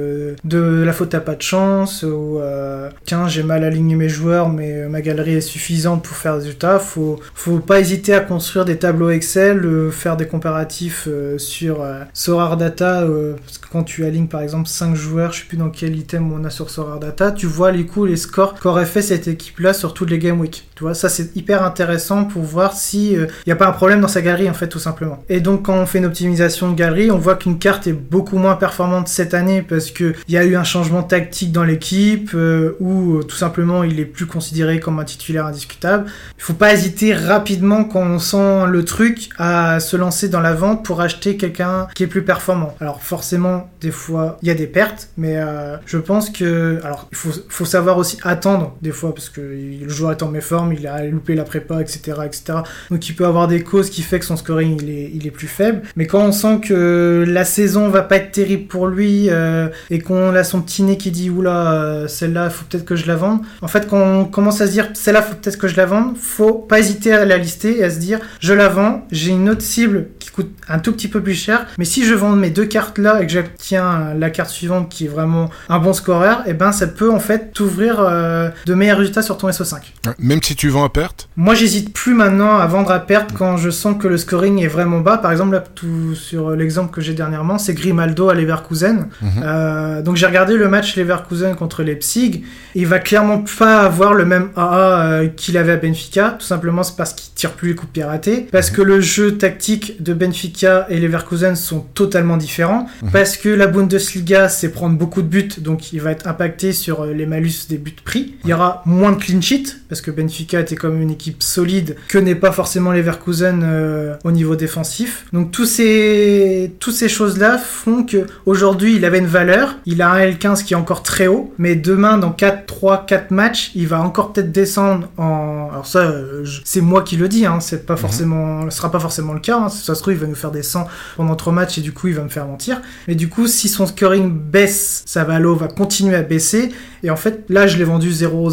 t'as pas de chance ou tiens j'ai mal aligné mes joueurs mais ma galerie est suffisante pour faire des résultats. Faut pas hésiter à construire des tableaux Excel, faire des comparatifs sur Sorare Data, parce que quand tu alignes par exemple 5 joueurs, je sais plus dans quel item on a sur Sorare Data, tu vois les scores qu'aurait fait cette équipe là sur toutes les Game Week. Tu vois, ça c'est hyper intéressant pour voir si y a pas un problème dans sa galerie en fait tout simplement. Et donc quand on fait une optimisation de galerie, on voit qu'une carte est beaucoup moins performante cette année parce que il y a eu un changement tactique dans l'équipe ou tout simplement il est plus considéré comme un titulaire indiscutable. Il faut pas hésiter rapidement quand on sent le truc à se lancer dans la vente pour acheter quelqu'un qui est plus performant. Alors forcément des fois il y a des pertes, mais je pense que il faut savoir aussi attendre des fois parce que le joueur est en méforme, il a loupé la prépa, etc. Donc il peut avoir des causes qui fait que son scoring il est plus faible, mais quand on sent que la saison va pas être terrible pour lui et qu'on a son petit nez qui dit oula celle-là faut peut-être que je la vende, en fait quand on commence à se dire celle-là faut peut-être que je la vende, faut pas hésiter à la lister et à se dire je la vends, j'ai une autre cible qui coûte un tout petit peu plus cher, mais si je vends mes 2 cartes là et que j'obtiens la carte suivante qui est vraiment un bon scoreur, et ben ça peut en fait t'ouvrir de meilleurs résultats sur ton SO5. Même si tu vends à perte? Moi j'hésite plus maintenant à vendre à perte quand je sens que le scoring est vraiment bas. Par exemple, là, sur l'exemple que j'ai dernièrement, c'est Grimaldo à Leverkusen. Donc j'ai regardé le match Leverkusen contre Leipzig. Il va clairement pas avoir le même AA qu'il avait à Benfica. Tout simplement, c'est parce qu'il tire plus les coups de pied arrêtés. Parce que le jeu tactique de Benfica et Leverkusen sont totalement différents. Parce que la Bundesliga, c'est prendre beaucoup de buts. Donc il va être impacté sur les malus des buts pris. Il y aura moins de clean sheet. Parce que Benfica était comme une équipe solide que n'est pas forcément Leverkusen au niveau défensif. Donc toutes ces choses-là font que aujourd'hui il avait une valeur, il a un L15 qui est encore très haut, mais demain dans 4 matchs, il va encore peut-être descendre en... Alors ça, c'est moi qui le dis, c'est pas forcément... ce sera pas forcément le cas, si ça se trouve il va nous faire des 100 pendant 3 matchs et du coup il va me faire mentir. Mais du coup, si son scoring baisse, sa valo va continuer à baisser, et en fait là je l'ai vendu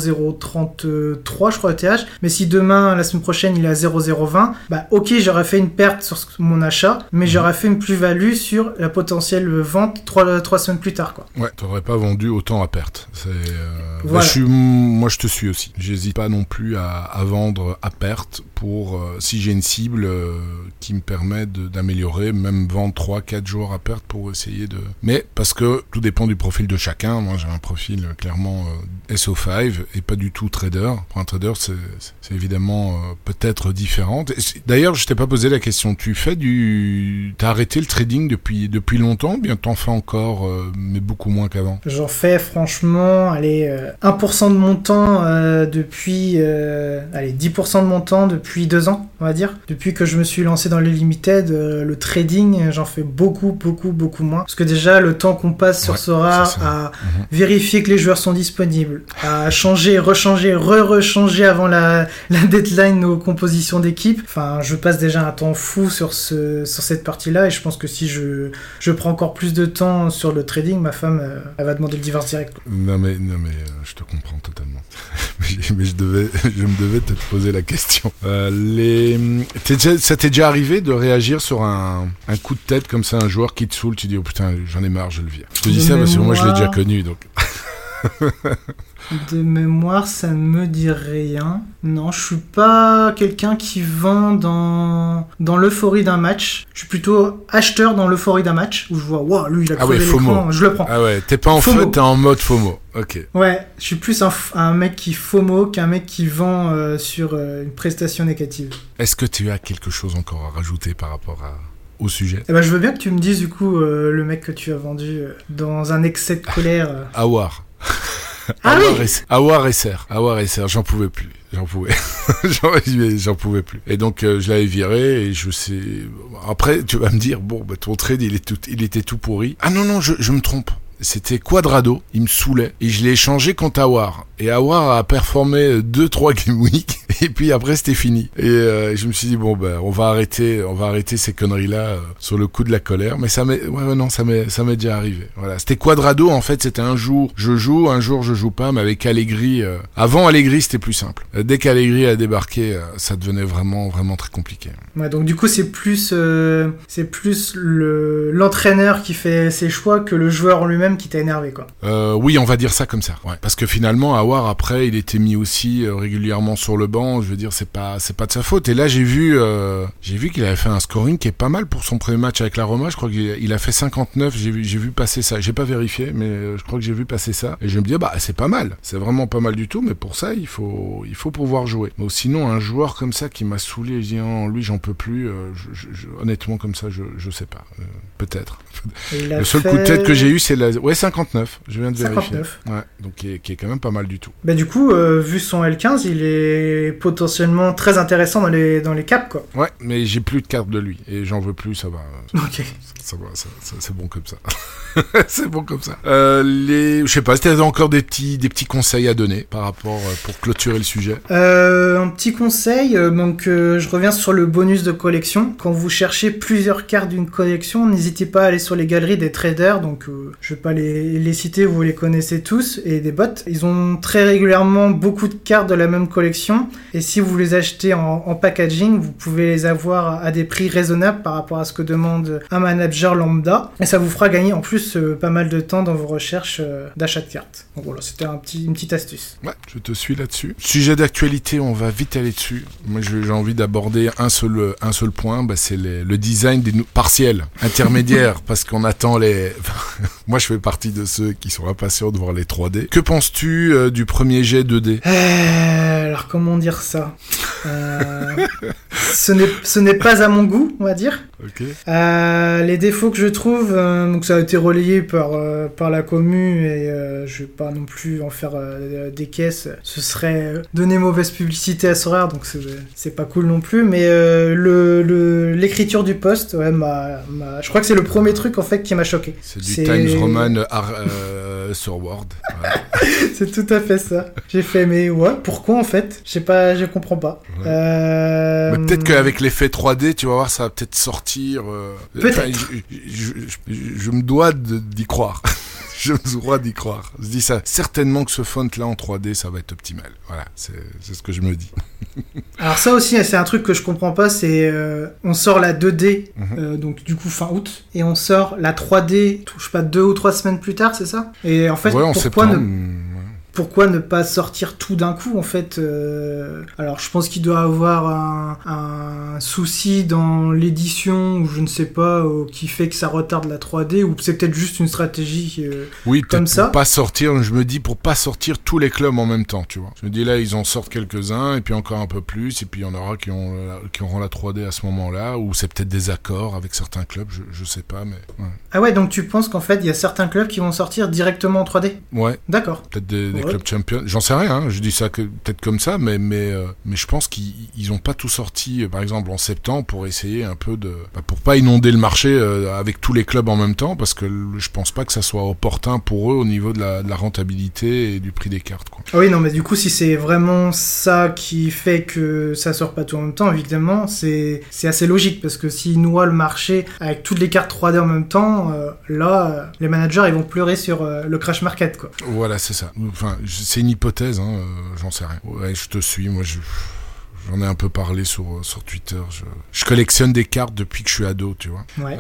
0,033 je crois ETH, mais si demain, la semaine prochaine il est à 0,020, bah ok, j'aurais fait une perte sur mon achat, mais j'aurais fait une plus-value sur la potentielle vente 3 semaines plus tard, quoi. Ouais, t'aurais pas vendu autant à perte. Voilà. Moi, je te suis aussi. J'hésite pas non plus à vendre à perte pour, si j'ai une cible qui me permet d'améliorer, même vendre 3-4 jours à perte pour essayer de... Mais parce que tout dépend du profil de chacun. Moi, j'ai un profil clairement SO5 et pas du tout trader. Pour un trader, c'est évidemment peut-être différent. D'ailleurs, je t'ai pas posé la question. T'as arrêté le trading depuis longtemps, ou bien t'en fais encore, mais beaucoup moins qu'avant? J'en fais franchement, 1% de mon temps depuis... 10% de mon temps depuis 2 ans, on va dire. Depuis que je me suis lancé dans les limited, le trading, j'en fais beaucoup moins. Parce que déjà, le temps qu'on passe sur Sorare à vérifier que les joueurs sont sont disponibles, à changer, rechanger, re-rechanger avant la deadline nos compositions d'équipe. Enfin, je passe déjà un temps fou sur cette partie-là, et je pense que si je prends encore plus de temps sur le trading, ma femme, elle va demander le divorce direct. Non mais, je te comprends totalement. mais je me devais te poser la question. Ça t'est déjà arrivé de réagir sur un coup de tête comme ça, un joueur qui te saoule, tu dis oh putain j'en ai marre, je le vire. Je te dis ça parce que moi je l'ai déjà connu donc. De mémoire, ça ne me dit rien. Non, je suis pas quelqu'un qui vend dans l'euphorie d'un match. Je suis plutôt acheteur dans l'euphorie d'un match où je vois, waouh, lui il a crevé l'écran, je le prends. Ah ouais, t'es pas en FOMO, t'es en mode FOMO. Ok. Ouais, je suis plus un mec qui FOMO qu'un mec qui vend sur une prestation négative. Est-ce que tu as quelque chose encore à rajouter par rapport au sujet? Eh ben, je veux bien que tu me dises du coup le mec que tu as vendu dans un excès de colère. Awar. Ah oui. Awar SR, j'en pouvais plus. J'en pouvais plus. Et donc je l'avais viré et je sais. Après tu vas me dire bon bah ton trade il était tout pourri. Ah non je me trompe. C'était Quadrado, il me saoulait et je l'ai échangé contre Awar. Et Awar a performé 2-3 game week et puis après c'était fini. Et je me suis dit bon ben on va arrêter ces conneries là sur le coup de la colère. Mais ça m'est déjà arrivé. Voilà, c'était Quadrado en fait, c'était un jour je joue, un jour je joue pas. Mais avec Allegri, avant Allegri c'était plus simple. Dès qu'Allegri a débarqué, ça devenait vraiment vraiment très compliqué. Ouais, donc du coup c'est plus l'entraîneur qui fait ses choix que le joueur en lui-même qui t'a énervé quoi. Oui, on va dire ça comme ça. Ouais. Parce que finalement, Awar après, il était mis aussi régulièrement sur le banc. Je veux dire, c'est pas de sa faute. Et là, j'ai vu qu'il avait fait un scoring qui est pas mal pour son premier match avec la Roma. Je crois qu'il a fait 59. J'ai vu passer ça. J'ai pas vérifié, mais je crois que j'ai vu passer ça. Et je me dis, bah c'est pas mal. C'est vraiment pas mal du tout. Mais pour ça, il faut pouvoir jouer. Mais sinon, un joueur comme ça qui m'a saoulé, je dis non, lui, j'en peux plus. Honnêtement, comme ça, je sais pas. Peut-être. Le seul coup de tête que j'ai eu, c'est 59, je viens de 59. vérifier. Ouais, donc qui est quand même pas mal du tout. Bah du coup, vu son L15, il est potentiellement très intéressant dans les caps, quoi. Ouais, mais j'ai plus de carte de lui, et j'en veux plus, ça va. Ok. Ça va, c'est bon comme ça. C'est bon comme ça. Je sais pas, si t'avais encore des petits conseils à donner par rapport, pour clôturer le sujet. Un petit conseil, donc je reviens sur le bonus de collection. Quand vous cherchez plusieurs cartes d'une collection, n'hésitez pas à aller sur les galeries des traders, donc je vais pas les citer, vous les connaissez tous, et des bots. Ils ont très régulièrement beaucoup de cartes de la même collection, et si vous les achetez en packaging, vous pouvez les avoir à des prix raisonnables par rapport à ce que demande un manager lambda, et ça vous fera gagner en plus pas mal de temps dans vos recherches d'achat de cartes. Donc voilà, c'était une petite astuce. Ouais, je te suis là-dessus. Sujet d'actualité, on va vite aller dessus. Moi, j'ai envie d'aborder un seul point, bah, c'est le design des partiels, intermédiaires, parce qu'on attend les... Moi, je fais partie de ceux qui sont impatients de voir les 3D. Que penses-tu du premier jet 2D ? Alors, comment dire ça ? Ce n'est pas à mon goût, on va dire. Okay. Les défauts que je trouve, donc ça a été relayé par la commu et je vais pas non plus en faire des caisses. Ce serait donner mauvaise publicité à Sorare, donc c'est pas cool non plus. Mais l'écriture du post, ouais, je crois que c'est le premier truc en fait qui m'a choqué. C'est du Times Roman sur Word. Voilà. C'est tout à fait ça. J'ai fait mais ouais, pourquoi en fait ? Je comprends pas. Ouais. Mais peut-être qu'avec l'effet 3D, tu vas voir, ça va peut-être sortir. Peut-être. Je me dois d'y croire. Je me dois d'y croire. Je dis ça. Certainement que ce font-là en 3D, ça va être optimal. Voilà, c'est ce que je me dis. Alors ça aussi, c'est un truc que je comprends pas, c'est on sort la 2D, donc du coup fin août, et on sort la 3D, je sais pas, 2 ou 3 semaines plus tard, c'est ça ? Et en fait, pourquoi ne pas sortir tout d'un coup en fait Alors je pense qu'il doit avoir un souci dans l'édition ou je ne sais pas qui fait que ça retarde la 3D ou c'est peut-être juste une stratégie oui, comme ça. Pour pas sortir, je me dis pour pas sortir tous les clubs en même temps, tu vois. Je me dis là ils en sortent quelques-uns et puis encore un peu plus et puis il y en aura qui auront la 3D à ce moment-là ou c'est peut-être des accords avec certains clubs, je sais pas mais ouais. Ah ouais, donc tu penses qu'en fait il y a certains clubs qui vont sortir directement en 3D ? Ouais. D'accord. Peut-être des les clubs champions. J'en sais rien, hein, je dis ça peut-être comme ça, mais je pense qu'ils ont pas tout sorti, par exemple en septembre, pour essayer un peu pour pas inonder le marché avec tous les clubs en même temps, parce que je pense pas que ça soit opportun pour eux au niveau de la rentabilité et du prix des cartes, quoi. Ah oui, non, mais du coup, si c'est vraiment ça qui fait que ça sort pas tout en même temps, évidemment, c'est assez logique, parce que s'ils noient le marché avec toutes les cartes 3D en même temps, les managers, ils vont pleurer sur le crash market, quoi. Voilà, c'est ça. Enfin, c'est une hypothèse, hein, j'en sais rien. Ouais, je te suis, moi, j'en ai un peu parlé sur Twitter. Je collectionne des cartes depuis que je suis ado, tu vois. Ouais.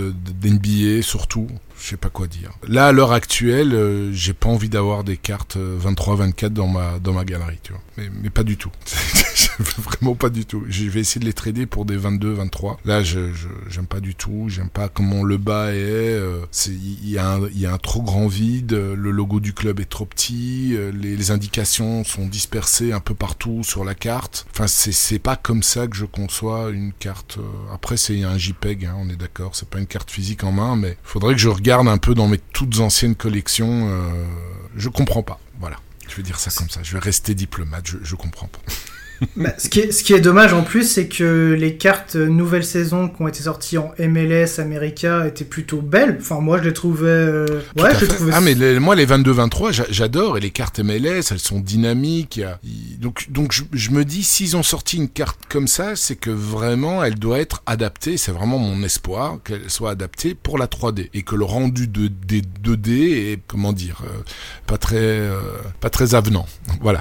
d'NBA surtout. Je sais pas quoi dire. Là, à l'heure actuelle, j'ai pas envie d'avoir des cartes 23-24 dans ma galerie, tu vois. Mais pas du tout. Vraiment pas du tout. Je vais essayer de les trader pour des 22-23. Là, j'aime pas du tout. J'aime pas comment le bas est. Il y a un trop grand vide. Le logo du club est trop petit. Les indications sont dispersées un peu partout sur la carte. Enfin, c'est pas comme ça que je conçois une carte. Après, c'est un JPEG, hein, on est d'accord. C'est pas une carte physique en main, mais faudrait que je regarde un peu dans mes toutes anciennes collections. Je comprends pas. Voilà. Je vais dire ça comme ça. Je vais rester diplomate. Je comprends pas. Bah, ce qui est dommage en plus, c'est que les cartes nouvelle saison qui ont été sorties en MLS, America, étaient plutôt belles. Enfin, moi, je les trouvais... Ah, mais moi, les 22-23, j'adore. Et les cartes MLS, elles sont dynamiques. Donc je me dis, s'ils ont sorti une carte comme ça, c'est que vraiment, elle doit être adaptée. C'est vraiment mon espoir qu'elle soit adaptée pour la 3D. Et que le rendu des 2D est, comment dire, pas très avenant. Voilà.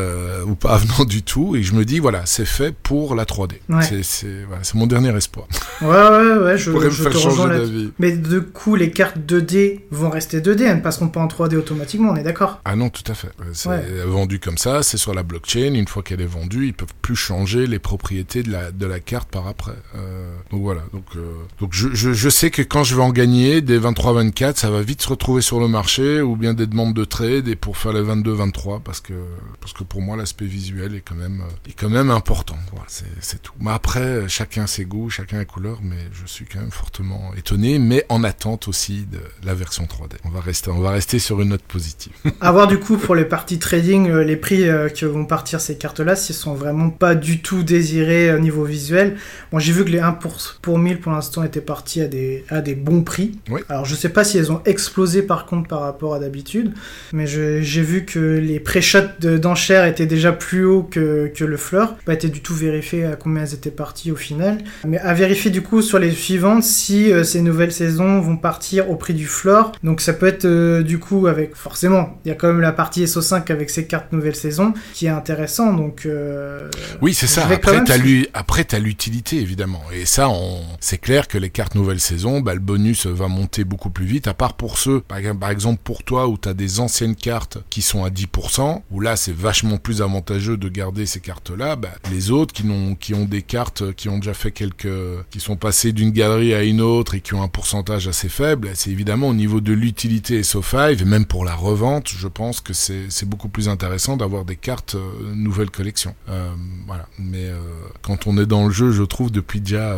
Ou pas avenant du tout. Et je me dis, voilà, c'est fait pour la 3D. Ouais. C'est mon dernier espoir. Ouais, je me te rejoins là-dessus. Mais du coup, les cartes 2D vont rester 2D, elles ne passeront pas en 3D automatiquement, on est d'accord? Ah non, tout à fait. C'est vendu comme ça, c'est sur la blockchain. Une fois qu'elle est vendue, ils peuvent plus changer les propriétés de la carte par après. Donc voilà. Donc je sais que quand je vais en gagner des 23-24, ça va vite se retrouver sur le marché, ou bien des demandes de trade, et pour faire les 22-23, parce que pour moi, l'aspect visuel est quand même important. Voilà, c'est tout. Mais après, chacun ses goûts, chacun ses couleurs, mais je suis quand même fortement étonné, mais en attente aussi de la version 3D. On va rester sur une note positive. À voir du coup pour les parties trading, les prix que vont partir ces cartes-là, s'ils sont vraiment pas du tout désirés au niveau visuel. Bon, j'ai vu que les 1 pour 1000 pour l'instant étaient partis à des bons prix. Oui. Alors je sais pas si elles ont explosé par contre par rapport à d'habitude, mais j'ai vu que les pré-shots d'enchères étaient déjà plus hauts que le floor. Pas été du tout vérifié à combien elles étaient parties au final. Mais à vérifier du coup sur les suivantes si ces nouvelles saisons vont partir au prix du floor. Donc ça peut être du coup avec... Forcément, il y a quand même la partie SO5 avec ces cartes nouvelle saison qui est intéressant. Donc oui, c'est ça. Après, t'as l'utilité évidemment. Et ça, c'est clair que les cartes nouvelle saison, le bonus va monter beaucoup plus vite. À part pour ceux, par exemple pour toi, où t'as des anciennes cartes qui sont à 10%, où là c'est vachement plus avantageux de garder ces cartes-là. Les autres qui ont des cartes qui ont déjà fait qui sont passées d'une galerie à une autre et qui ont un pourcentage assez faible, c'est évidemment au niveau de l'utilité SO5 et même pour la revente, je pense que c'est beaucoup plus intéressant d'avoir des cartes nouvelle collection. Voilà. Mais quand on est dans le jeu, je trouve depuis déjà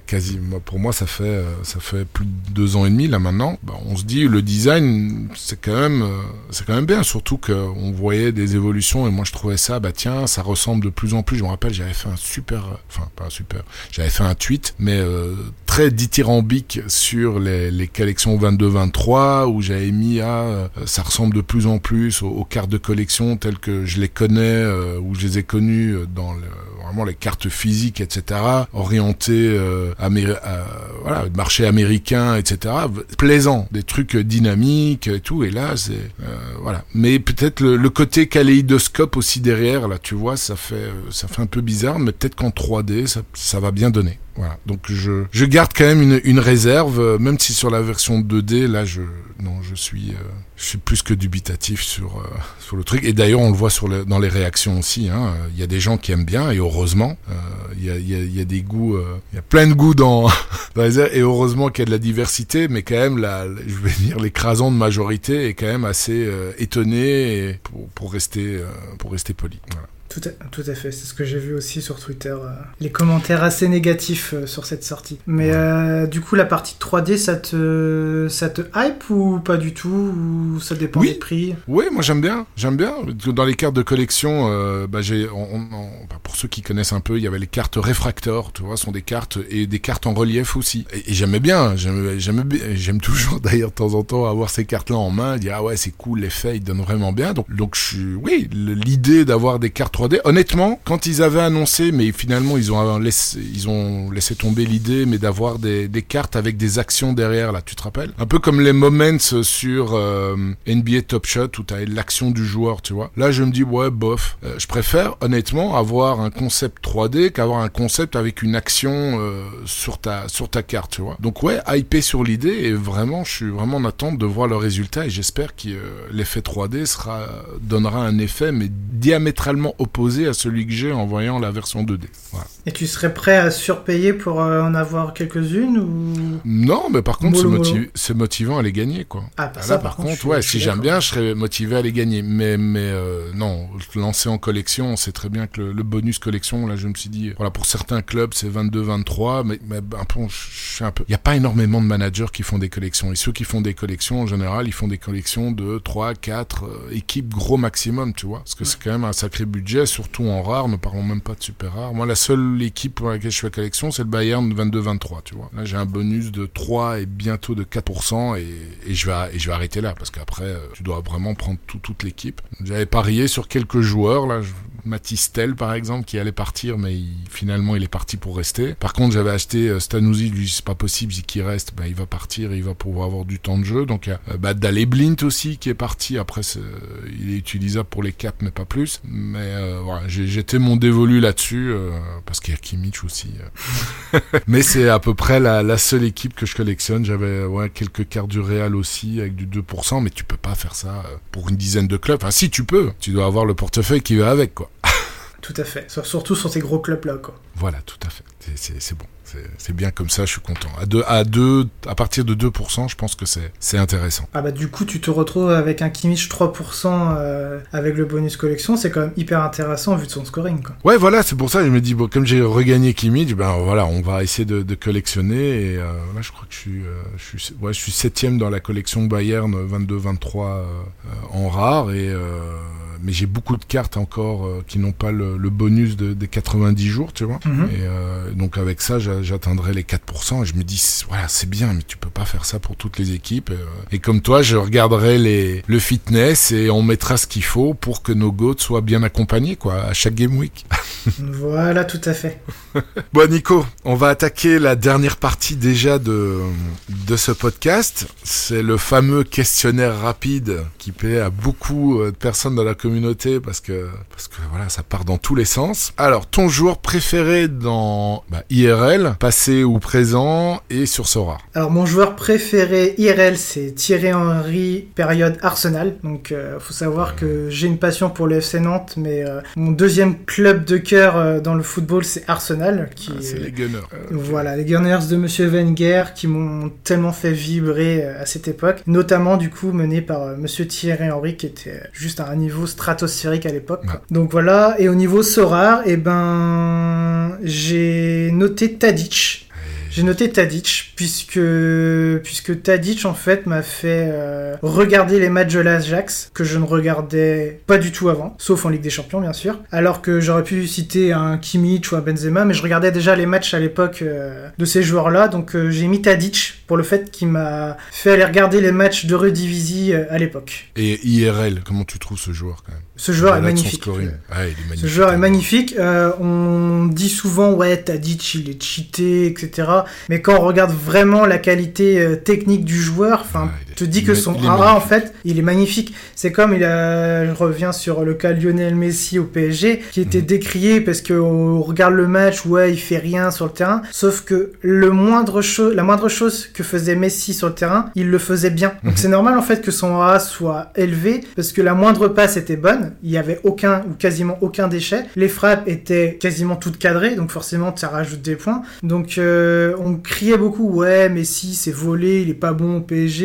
pour moi ça fait plus de 2 ans et demi là maintenant. On se dit le design c'est quand même bien, surtout qu'on voyait des évolutions et moi je trouvais ça ça ressemble de plus en plus. Je me rappelle, j'avais fait j'avais fait un tweet, mais très dithyrambique sur les collections 22-23, où j'avais mis ça ressemble de plus en plus aux cartes de collection telles que je les connais, ou je les ai connues dans vraiment les cartes physiques, etc., orientées marché américain, etc., plaisant, des trucs dynamiques et tout, et là c'est voilà. Mais peut-être le côté kaléidoscope aussi derrière, là tu vois, ça fait un peu bizarre, mais peut-être qu'en 3D ça va bien donner. Voilà. Donc je garde quand même une réserve, même si sur la version 2D là je suis plus que dubitatif sur le truc. Et d'ailleurs on le voit dans les réactions aussi. Il y a des gens qui aiment bien, et heureusement. Il y a des goûts, il y a plein de goûts dans les airs, et heureusement qu'il y a de la diversité, mais quand même je vais dire l'écrasante majorité est quand même assez étonnée, pour rester poli. Voilà. Tout à fait, c'est ce que j'ai vu aussi sur Twitter. Les commentaires assez négatifs sur cette sortie. Mais du coup, la partie 3D, ça te hype ou pas du tout, ou ça dépend des prix? Oui, moi j'aime bien. Dans les cartes de collection, pour ceux qui connaissent un peu, il y avait les cartes Refractor, tu vois, sont des cartes et des cartes en relief aussi. Et j'aimais bien, j'aime toujours d'ailleurs de temps en temps avoir ces cartes-là en main, dire ah ouais c'est cool, l'effet il donne vraiment bien. Donc l'idée d'avoir des cartes 3D. Honnêtement, quand ils avaient annoncé, mais finalement ils ont laissé tomber l'idée, mais d'avoir des cartes avec des actions derrière là, tu te rappelles? Un peu comme les Moments sur NBA Top Shot où t'as l'action du joueur, tu vois. Là je me dis ouais bof, je préfère honnêtement avoir un concept 3D qu'avoir un concept avec une action sur ta carte, tu vois. Donc ouais, hypé sur l'idée et vraiment je suis vraiment en attente de voir le résultat et j'espère que l'effet 3D donnera un effet mais diamétralement opposé à celui que j'ai en voyant la version 2D. Voilà. Et tu serais prêt à surpayer pour en avoir quelques-unes ou... Non, mais par contre c'est motivant à les gagner quoi. Ah bah ça par contre ouais, si j'aime bien, je serais motivé à les gagner. Mais non, lancer en collection, on sait très bien que le bonus collection, là je me suis dit, voilà, pour certains clubs c'est 22-23, mais un peu, il n'y a pas énormément de managers qui font des collections. Et ceux qui font des collections, en général, ils font des collections de 3, 4 équipes gros maximum, tu vois. Parce que c'est quand même un sacré budget, surtout en rare, ne parlons même pas de super rare. Moi, la seule équipe pour laquelle je fais la collection, c'est le Bayern 22-23, tu vois. Là, j'ai un bonus de 3 et bientôt de 4%, et je vais arrêter là, parce qu'après, tu dois vraiment prendre toute l'équipe. J'avais parié sur quelques joueurs, là, Mathis Tel par exemple qui allait partir mais finalement il est parti pour rester. Par contre j'avais acheté Stanouzi, lui c'est pas possible qu'il reste, il va partir et il va pouvoir avoir du temps de jeu. Donc Daley Blint aussi qui est parti, après il est utilisable pour les caps mais pas plus. Mais voilà, j'étais mon dévolu là-dessus parce qu'il y a Kimmich aussi. Mais c'est à peu près la seule équipe que je collectionne. J'avais quelques cartes du Real aussi avec du 2%, mais tu peux pas faire ça pour une dizaine de clubs. Enfin si tu peux, tu dois avoir le portefeuille qui va avec quoi. Tout à fait, surtout sur ces gros clubs là quoi. Voilà, tout à fait, c'est bon, c'est bien comme ça, je suis content. À partir de 2%, je pense que c'est intéressant. Ah bah du coup tu te retrouves avec un Kimmich 3% avec le bonus collection, c'est quand même hyper intéressant vu de son scoring quoi. Ouais voilà, c'est pour ça que je me dis bon, comme j'ai regagné Kimmich, voilà, on va essayer de collectionner et là je crois que je suis 7ème dans la collection Bayern 22-23 en rare et mais j'ai beaucoup de cartes encore qui n'ont pas le bonus des 90 jours, tu vois. Et donc avec ça, j'atteindrai les 4%. Et je me dis, voilà, c'est bien, mais tu peux pas faire ça pour toutes les équipes. Et comme toi, je regarderai le fitness et on mettra ce qu'il faut pour que nos GOATs soient bien accompagnés, quoi, à chaque Game Week. Voilà, tout à fait. Bon, Nico, on va attaquer la dernière partie déjà de ce podcast. C'est le fameux questionnaire rapide qui plaît à beaucoup de personnes dans la communauté parce que voilà, ça part dans tous les sens. Alors, ton joueur préféré dans IRL, passé ou présent, et sur Sora? Alors, mon joueur préféré IRL, c'est Thierry Henry, période Arsenal. Donc, faut savoir que j'ai une passion pour le FC Nantes, mais mon deuxième club de cœur dans le football, c'est Arsenal. C'est les Gunners. Voilà, les Gunners de Monsieur Wenger qui m'ont tellement fait vibrer à cette époque, notamment du coup mené par Monsieur Thierry Henry qui était juste à un niveau stratosphérique à l'époque. Ouais. Donc voilà, et au niveau Sorare, j'ai noté Tadic. Puisque Tadic en fait m'a fait regarder les matchs de l'Ajax que je ne regardais pas du tout avant, sauf en Ligue des Champions bien sûr, alors que j'aurais pu citer un Kimmich ou un Benzema, mais je regardais déjà les matchs à l'époque de ces joueurs-là, donc j'ai mis Tadic pour le fait qu'il m'a fait aller regarder les matchs d'Eredivisie à l'époque. Et IRL, comment tu trouves ce joueur quand même? Ce joueur est magnifique. Il est magnifique. Ce joueur est magnifique. On dit souvent, ouais, Tadic, il est cheaté, etc. Mais quand on regarde vraiment la qualité technique du joueur, te dis que son AA, en fait, il est magnifique. C'est comme, je reviens sur le cas Lionel Messi au PSG, qui était décrié parce qu'on regarde le match, ouais, il fait rien sur le terrain. Sauf que la moindre chose que faisait Messi sur le terrain, il le faisait bien. Donc c'est normal, en fait, que son AA soit élevé, parce que la moindre passe était bonne. Il y avait aucun ou quasiment aucun déchet. Les frappes étaient quasiment toutes cadrées, donc forcément ça rajoute des points. Donc on criait beaucoup, ouais, Messi c'est volé, il est pas bon au PSG, mais il a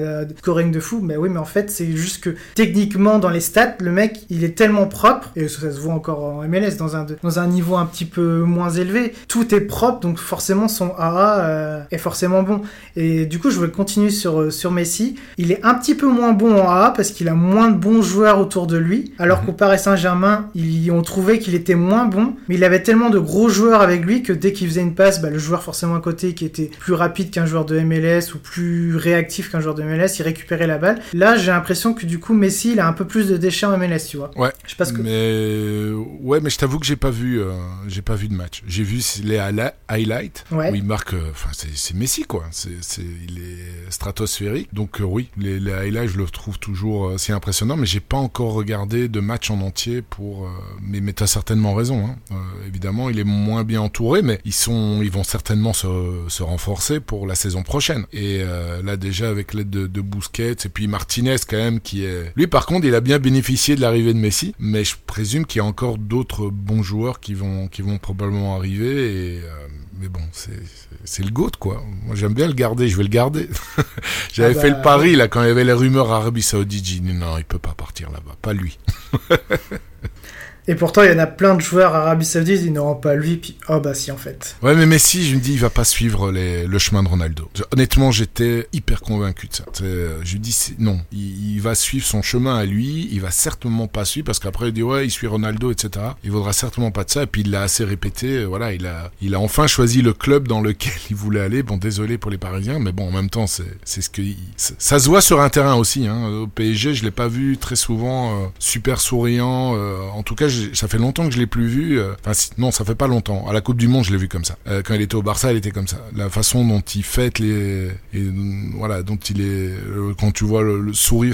scoring de fou. Mais oui, mais en fait, c'est juste que techniquement, dans les stats, le mec, il est tellement propre, et ça se voit encore en MLS, dans un niveau un petit peu moins élevé. Tout est propre, donc forcément, son AA est forcément bon. Et du coup, je vais continuer sur Messi. Il est un petit peu moins bon en AA parce qu'il a moins de bons joueurs autour de lui, alors qu'au Paris Saint-Germain, ils ont trouvé qu'il était moins bon, mais il avait tellement de gros joueurs avec lui que dès qu'il faisait une passe, le joueur forcément à côté qui était plus rapide qu'un joueur de MLS ou plus réactif qu'un joueur de MLS, il récupérait la balle. Là, j'ai l'impression que du coup, Messi, il a un peu plus de déchets en MLS, tu vois. Ouais. Je sais pas ce que... mais je t'avoue que j'ai pas vu de match. J'ai vu les highlights où il marque. C'est Messi, quoi. Il est stratosphérique. Donc oui, les highlights, je le trouve toujours si impressionnant, mais j'ai pas encore regardé de match en entier pour. Mais t'as certainement raison. Hein. Évidemment, il est moins bien entouré, mais ils vont certainement se renforcer pour la saison prochaine. Et là déjà avec l'aide de Busquets et puis Martinez quand même qui est. Lui par contre, il a bien bénéficié de l'arrivée de Messi, mais je présume qu'il y a encore d'autres bons joueurs qui vont probablement arriver. Mais bon, c'est le GOAT, quoi. Moi, j'aime bien le garder, je vais le garder. J'avais fait le pari, là, quand il y avait les rumeurs Arabie Saoudite, j'ai dit non, il peut pas partir là-bas, pas lui. Et pourtant, il y en a plein de joueurs Arabie Saoudite, ils n'auront pas lui, puis si, en fait. Ouais, mais Messi, je me dis, il va pas suivre le chemin de Ronaldo. Honnêtement, j'étais hyper convaincu de ça. Je me dis, non, il va suivre son chemin à lui, il va certainement pas suivre, parce qu'après, il dit, ouais, il suit Ronaldo, etc. Il vaudra certainement pas de ça, et puis il l'a assez répété, voilà, il a enfin choisi le club dans lequel il voulait aller. Bon, désolé pour les Parisiens, mais bon, en même temps, c'est ce que ça se voit sur un terrain aussi, hein. Au PSG, je l'ai pas vu très souvent, super souriant, en tout cas, ça fait longtemps que je l'ai plus vu. Non, ça fait pas longtemps. À la Coupe du Monde, je l'ai vu comme ça. Quand il était au Barça, il était comme ça. La façon dont il fête dont il est, quand tu vois le sourire,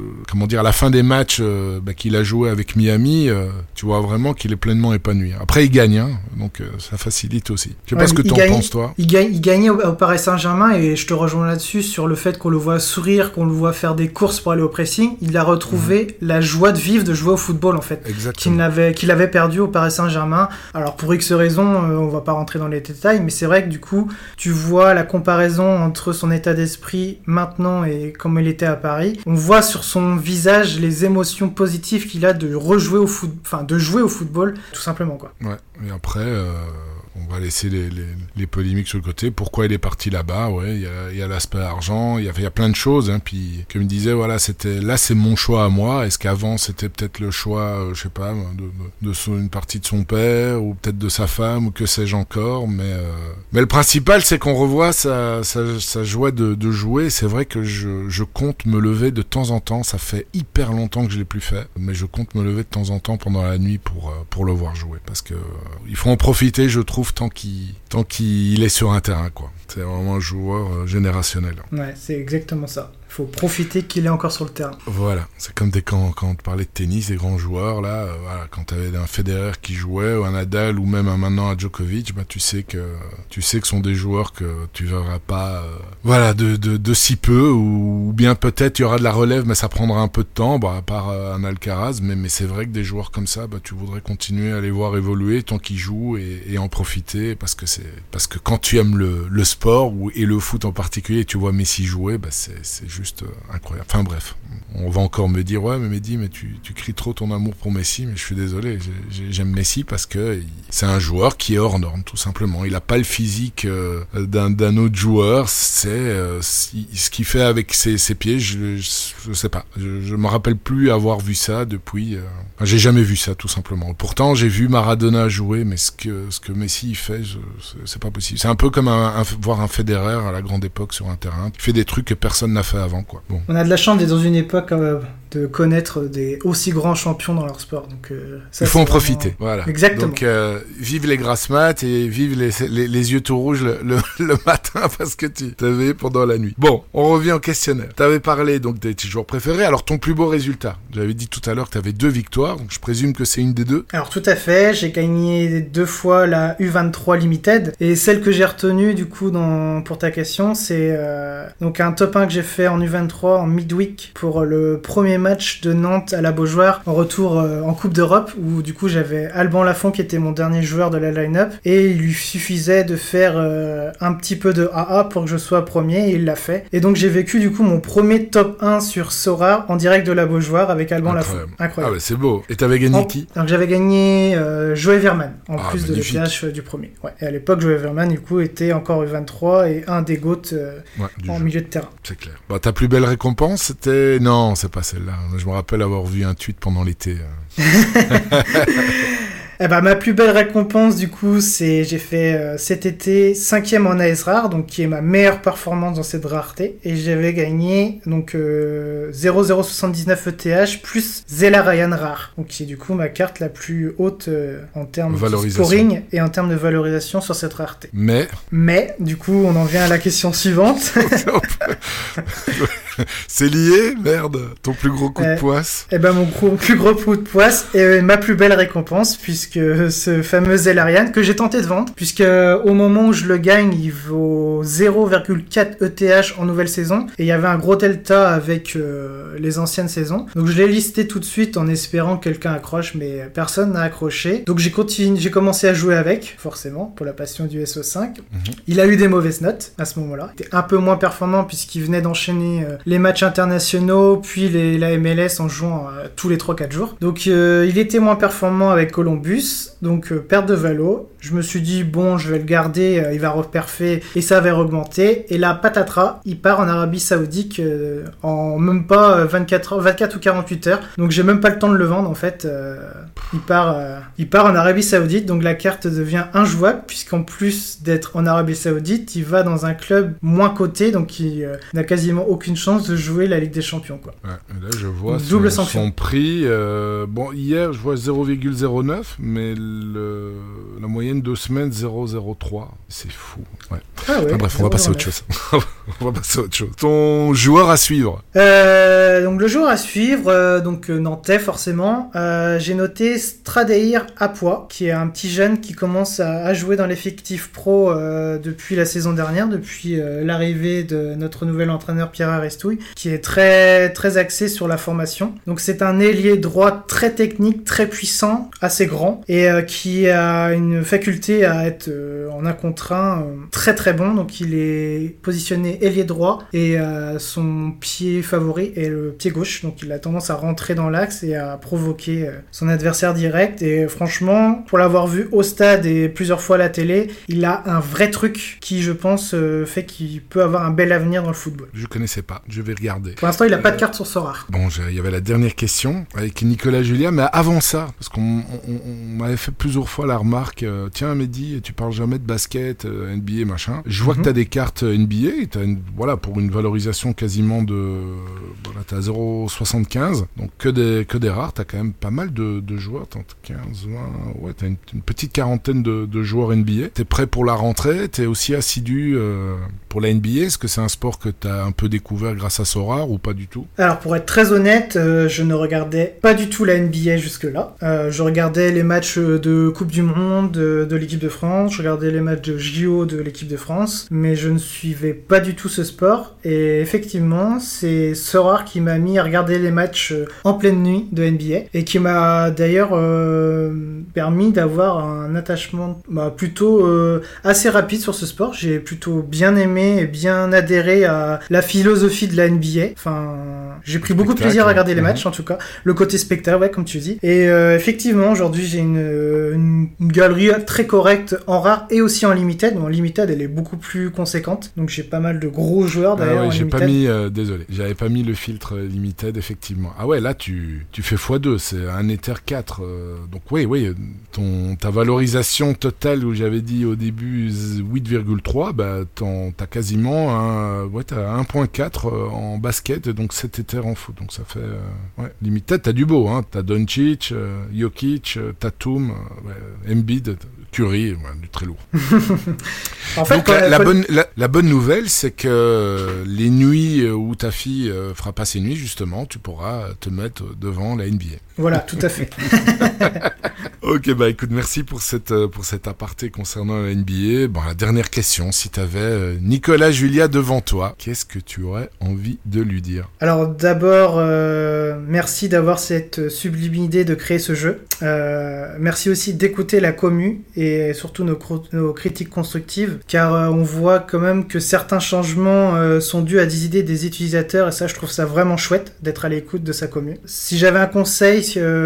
à la fin des matchs qu'il a joué avec Miami, tu vois vraiment qu'il est pleinement épanoui. Après, il gagne, hein, donc ça facilite aussi. Je sais pas ce que t'en penses, toi. Il gagnait au Paris Saint-Germain, et je te rejoins là-dessus sur le fait qu'on le voit sourire, qu'on le voit faire des courses pour aller au pressing. Il a retrouvé la joie de vivre, de jouer au football, en fait. Exactement. Qu'il avait perdu au Paris Saint-Germain. Alors pour X raisons, on va pas rentrer dans les détails, mais c'est vrai que du coup, tu vois la comparaison entre son état d'esprit maintenant et comme il était à Paris. On voit sur son visage les émotions positives qu'il a de rejouer au foot, de jouer au football, tout simplement, quoi. Ouais. Et après. On va laisser les polémiques sur le côté. Pourquoi il est parti là-bas? Ouais, il y a l'aspect argent, il y a plein de choses. Hein. Puis, comme il disait, voilà, c'est mon choix à moi. Est-ce qu'avant c'était peut-être le choix, je sais pas, une partie de son père ou peut-être de sa femme ou que sais-je encore. Mais le principal, c'est qu'on revoit sa joie de jouer. C'est vrai que je compte me lever de temps en temps. Ça fait hyper longtemps que je l'ai plus fait, mais je compte me lever de temps en temps pendant la nuit pour le voir jouer, parce que il faut en profiter, je trouve, tant qu'il est sur un terrain, quoi. C'est vraiment un joueur générationnel. Ouais, c'est exactement ça. Il faut profiter qu'il est encore sur le terrain. Voilà, c'est comme quand on te parlait de tennis, des grands joueurs, là, voilà, quand tu avais un Federer qui jouait, ou un Nadal, ou même maintenant un Djokovic, tu sais que ce sont des joueurs que tu verras pas de si peu, ou bien peut-être il y aura de la relève, mais ça prendra un peu de temps, à part un Alcaraz, mais c'est vrai que des joueurs comme ça, tu voudrais continuer à les voir évoluer tant qu'ils jouent et en profiter, parce que quand tu aimes le sport, et le foot en particulier, et tu vois Messi jouer, c'est juste incroyable. Enfin bref, on va encore me dire, ouais, mais Mehdi, mais tu cries trop ton amour pour Messi, mais je suis désolé, j'aime Messi parce que c'est un joueur qui est hors norme, tout simplement. Il a pas le physique d'un autre joueur, c'est ce qu'il fait avec ses pieds, je sais pas, je me rappelle plus avoir vu ça depuis, j'ai jamais vu ça, tout simplement. Pourtant, j'ai vu Maradona jouer, mais ce que Messi fait, c'est pas possible. C'est un peu comme voir un Federer à la grande époque sur un terrain, qui fait des trucs que personne n'a fait avant, quoi. Bon. On a de la chance d'être dans une époque de connaître des aussi grands champions dans leur sport. Donc, ça, il faut en profiter, voilà. Exactement. Donc, vive les grasses mat et vive les yeux tout rouges le matin parce que tu t'avais pendant la nuit. Bon, on revient au questionnaire. T'avais parlé donc de tes joueurs préférés. Alors, ton plus beau résultat? J'avais dit tout à l'heure que t'avais 2 victoires, donc je présume que c'est une des 2. Alors, tout à fait. J'ai gagné 2 fois la U23 Limited. Et celle que j'ai retenue, du coup, pour ta question, c'est donc un top 1 que j'ai fait en U23 en midweek pour le premier match match de Nantes à la Beaujoire en retour en Coupe d'Europe, où du coup j'avais Alban Lafont qui était mon dernier joueur de la line-up, et il lui suffisait de faire un petit peu de AA pour que je sois premier, et il l'a fait. Et donc j'ai vécu du coup mon premier top 1 sur Sora en direct de la Beaujoire avec Alban Lafont. Incroyable. Ah ouais, c'est beau. Et t'avais gagné qui? Donc j'avais gagné Joey Verman, en plus magnifique. de l'ETH du premier. Ouais. Et à l'époque, Joey Verman du coup était encore U23 et un des GOAT en milieu de terrain. C'est clair. Bah, ta plus belle récompense, c'était... Non, c'est pas celle-là. Je me rappelle avoir vu un tweet pendant l'été. Eh ben, ma plus belle récompense, du coup, c'est j'ai fait cet été 5e en AS Rare, donc qui est ma meilleure performance dans cette rareté, et j'avais gagné donc 0,079 ETH plus Zella Ryan Rare, donc qui est du coup ma carte la plus haute en termes de scoring et en termes de valorisation sur cette rareté. Mais, du coup, on en vient à la question suivante. C'est lié, merde, ton plus gros coup de poisse. Eh ben, mon plus gros coup de poisse est ma plus belle récompense, puisque ce fameux Zelarian que j'ai tenté de vendre, puisque au moment où je le gagne, il vaut 0,4 ETH en nouvelle saison, et il y avait un gros delta avec les anciennes saisons. Donc je l'ai listé tout de suite en espérant que quelqu'un accroche, mais personne n'a accroché. Donc j'ai commencé à jouer avec, forcément, pour la passion du SO5. Il a eu des mauvaises notes à ce moment-là. Il était un peu moins performant puisqu'il venait d'enchaîner les matchs internationaux, puis la MLS en jouant tous les 3-4 jours. Donc il était moins performant avec Columbus, donc perte de valo. Je me suis dit, bon, je vais le garder, il va reperfer et ça va augmenter. Et là, patatras, il part en Arabie Saoudite en même pas 24 ou 48 heures. Donc j'ai même pas le temps de le vendre en fait. Il part en Arabie Saoudite, donc la carte devient injouable, puisqu'en plus d'être en Arabie Saoudite, il va dans un club moins coté, donc il n'a quasiment aucune chance de jouer la Ligue des Champions, quoi. Ouais, là je vois double son prix. Bon, hier je vois 0,09, mais la moyenne 2 semaines 0,03. C'est fou. Ouais. Ah ouais, bref, on va passer à autre chose. Ton joueur à suivre. Donc le joueur à suivre, nantais forcément. J'ai noté Stradeir Apois, qui est un petit jeune qui commence à jouer dans l'effectif pro depuis la saison dernière, depuis l'arrivée de notre nouvel entraîneur Pierre Arestouille, qui est très très axé sur la formation. Donc c'est un ailier droit très technique, très puissant, assez grand, et qui a une faculté à être en 1 contre 1 très très bon. Donc il est positionné ailier droit, et son pied favori est le pied gauche, donc il a tendance à rentrer dans l'axe et à provoquer son adversaire direct. Et franchement, pour l'avoir vu au stade et plusieurs fois à la télé, il a un vrai truc qui, je pense, fait qu'il peut avoir un bel avenir dans le football. Je connaissais pas, je vais regarder. Pour l'instant, il a pas de carte sur Sora. Bon, il y avait la dernière question avec Nicolas Julien, mais avant ça, parce qu'on m'avait fait plusieurs fois la remarque, tiens Mehdi, tu parles jamais de basket, NBA, machin. Je vois que t'as des cartes NBA, et voilà, pour une valorisation quasiment voilà, t'as 0,75, donc que des rares, t'as quand même pas mal de joueurs, t'as 15, 20, ouais, t'as une petite quarantaine de joueurs NBA. T'es prêt pour la rentrée, t'es aussi assidu pour la NBA. Est-ce que c'est un sport que t'as un peu découvert grâce à Sorare ou pas du tout? Alors pour être très honnête, je ne regardais pas du tout la NBA jusque-là. Je regardais les matchs de Coupe du Monde de l'équipe de France, je regardais les matchs de JO de l'équipe de France, mais je ne suivais pas du tout ce sport. Et effectivement, c'est Sorare qui m'a mis à regarder les matchs en pleine nuit de NBA, et qui m'a d'ailleurs permis d'avoir un attachement plutôt assez rapide sur ce sport. J'ai plutôt bien aimé et bien adhéré à la philosophie de la NBA. Enfin, j'ai pris beaucoup de plaisir à regarder les matchs, en tout cas. Le côté spectacle, ouais, comme tu dis. Et effectivement, aujourd'hui, j'ai une galerie très correcte en rare et aussi en limited. En limited, elle est beaucoup plus conséquente. Donc j'ai pas mal de gros joueurs d'ailleurs. Ah oui, j'ai pas mis, désolé, j'avais pas mis le filtre limited, effectivement. Ah ouais, là tu fais x2, c'est un Ether 4. Donc oui, ta valorisation totale, où j'avais dit au début 8,3, bah t'as quasiment t'as 1.4 en basket, donc 7 Ether en foot. Donc ça fait limited, t'as du beau, hein. T'as Doncic, Jokic, Tatum, Embiid, Curry, du très lourd. En fait, donc la bonne nouvelle, c'est que les nuits où ta fille fera pas ses nuits, justement, tu pourras te mettre devant la NBA. Voilà, tout à fait. Ok, bah écoute, merci pour cet aparté concernant la NBA. Bon, la dernière question, si t'avais Nicolas Julia devant toi, qu'est-ce que tu aurais envie de lui dire? Alors d'abord, merci d'avoir cette sublime idée de créer ce jeu. Merci aussi d'écouter la commu et surtout nos critiques constructives, car on voit quand même que certains changements sont dus à des idées des utilisateurs, et ça je trouve ça vraiment chouette d'être à l'écoute de sa commu. Si j'avais un conseil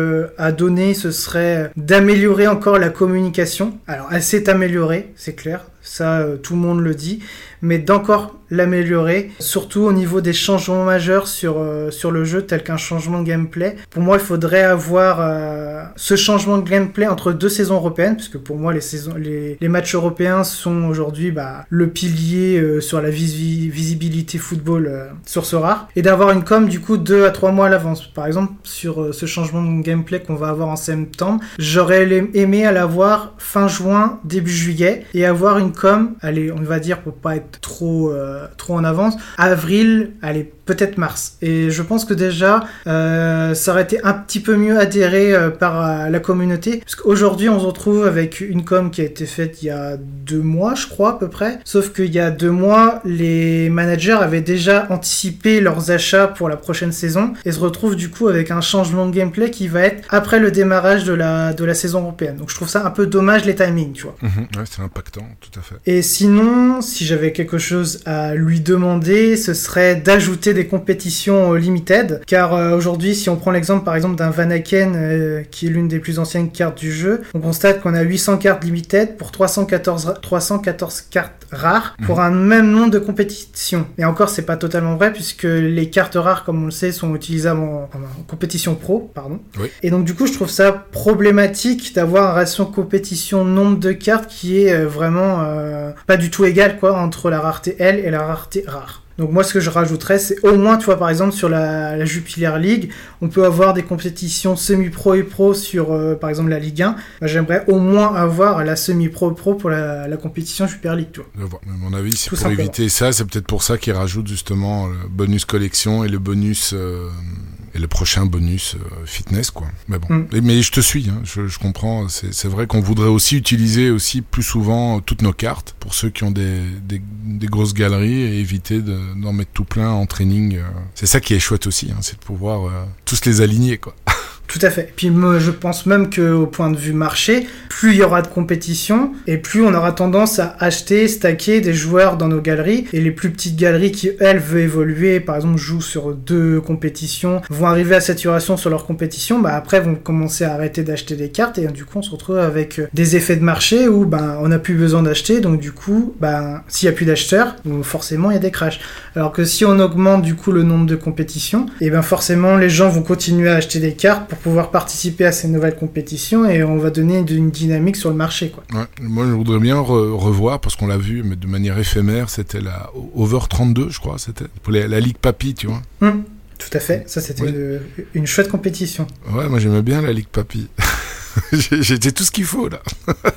à donner, ce serait d'améliorer encore la communication. Alors elle s'est améliorée, c'est clair, ça tout le monde le dit, mais d'encore l'améliorer, surtout au niveau des changements majeurs sur le jeu, tel qu'un changement de gameplay. Pour moi, il faudrait avoir ce changement de gameplay entre 2 saisons européennes, puisque pour moi, les matchs européens sont aujourd'hui le pilier sur la visibilité football sur ce rare, et d'avoir une com du coup 2 à 3 mois à l'avance. Par exemple, sur ce changement de gameplay qu'on va avoir en septembre, j'aurais aimé à l'avoir fin juin, début juillet, et avoir une com, allez, on va dire pour pas être trop en avance, avril, allez, peut-être mars. Et je pense que déjà, ça aurait été un petit peu mieux adhéré par la communauté, parce qu'aujourd'hui, on se retrouve avec une com qui a été faite il y a 2 mois, je crois, à peu près. Sauf qu'il y a 2 mois, les managers avaient déjà anticipé leurs achats pour la prochaine saison, et se retrouvent du coup avec un changement de gameplay qui va être après le démarrage de la saison européenne. Donc je trouve ça un peu dommage, les timings, tu vois. Ouais, c'est impactant, tout à fait. Et sinon, si j'avais quelque chose à lui demander, ce serait d'ajouter des compétitions limited, car aujourd'hui, si on prend l'exemple par exemple d'un Vanaken qui est l'une des plus anciennes cartes du jeu, on constate qu'on a 800 cartes limited pour 314 cartes rares pour un même nombre de compétitions. Et encore, c'est pas totalement vrai, puisque les cartes rares, comme on le sait, sont utilisables en compétition pro, pardon. Oui. Et donc du coup, je trouve ça problématique d'avoir un ratio compétition nombre de cartes qui est vraiment pas du tout égal, quoi, entre la rareté L et la rareté rare. Donc moi, ce que je rajouterais, c'est au moins, tu vois, par exemple, sur la Jupiler League, on peut avoir des compétitions semi-pro et pro sur, par exemple, la Ligue 1. Bah, j'aimerais au moins avoir la semi-pro et pro pour la compétition Super League, tu vois. À mon avis, c'est tout pour simplement éviter ça. C'est peut-être pour ça qu'ils rajoutent justement le bonus collection et le bonus... et le prochain bonus fitness, quoi. Mais bon, mais je te suis, hein, je comprends. C'est vrai qu'on voudrait aussi utiliser aussi plus souvent toutes nos cartes pour ceux qui ont des grosses galeries, et éviter d'en mettre tout plein en training. C'est ça qui est chouette aussi, hein, c'est de pouvoir tous les aligner, quoi. Tout à fait. Puis moi, je pense même qu'au point de vue marché, plus il y aura de compétition, et plus on aura tendance à acheter, stacker des joueurs dans nos galeries. Et les plus petites galeries qui, elles, veulent évoluer, par exemple, jouent sur 2 compétitions, vont arriver à saturation sur leur compétition, bah après vont commencer à arrêter d'acheter des cartes, et du coup on se retrouve avec des effets de marché où on n'a plus besoin d'acheter, donc du coup, s'il n'y a plus d'acheteurs, forcément il y a des crashs. Alors que si on augmente du coup le nombre de compétitions, et forcément les gens vont continuer à acheter des cartes pour pouvoir participer à ces nouvelles compétitions, et on va donner une dynamique sur le marché, quoi. Ouais, moi je voudrais bien revoir, parce qu'on l'a vu, mais de manière éphémère, c'était la Over 32, je crois, c'était pour la Ligue Papy, tu vois. Tout à fait, ça c'était une chouette compétition. Ouais, moi j'aimais bien la Ligue Papy. J'ai tout ce qu'il faut, là.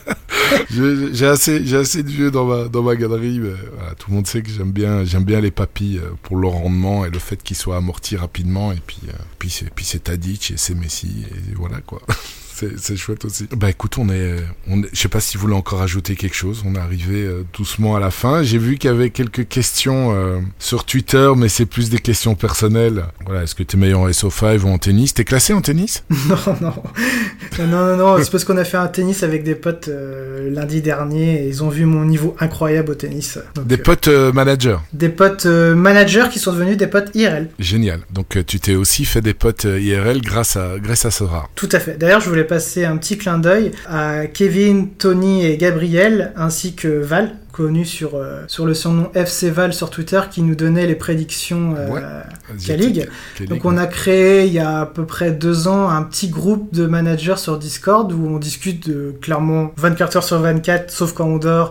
J'ai assez de vieux dans ma galerie, mais voilà, tout le monde sait que j'aime bien les papis pour leur rendement et le fait qu'ils soient amortis rapidement, et puis c'est Tadic et c'est Messi, et voilà, quoi. C'est chouette aussi. Bah écoute, je sais pas si vous voulez encore ajouter quelque chose. On est arrivé doucement à la fin. J'ai vu qu'il y avait quelques questions sur Twitter, mais c'est plus des questions personnelles. Voilà, est-ce que t'es meilleur en SO5 ou en tennis? T'es classé en tennis? Non. C'est parce qu'on a fait un tennis avec des potes lundi dernier, et ils ont vu mon niveau incroyable au tennis. Donc, des potes managers? Des potes managers qui sont devenus des potes IRL. Génial. Donc tu t'es aussi fait des potes IRL grâce à ce rare. Tout à fait. D'ailleurs, je voulais passer un petit clin d'œil à Kevin, Tony et Gabriel, ainsi que Val, connu sur le surnom FC Val sur Twitter, qui nous donnait les prédictions K-League. Donc on a créé il y a à peu près 2 ans un petit groupe de managers sur Discord où on discute clairement 24 heures sur 24, sauf quand on dort,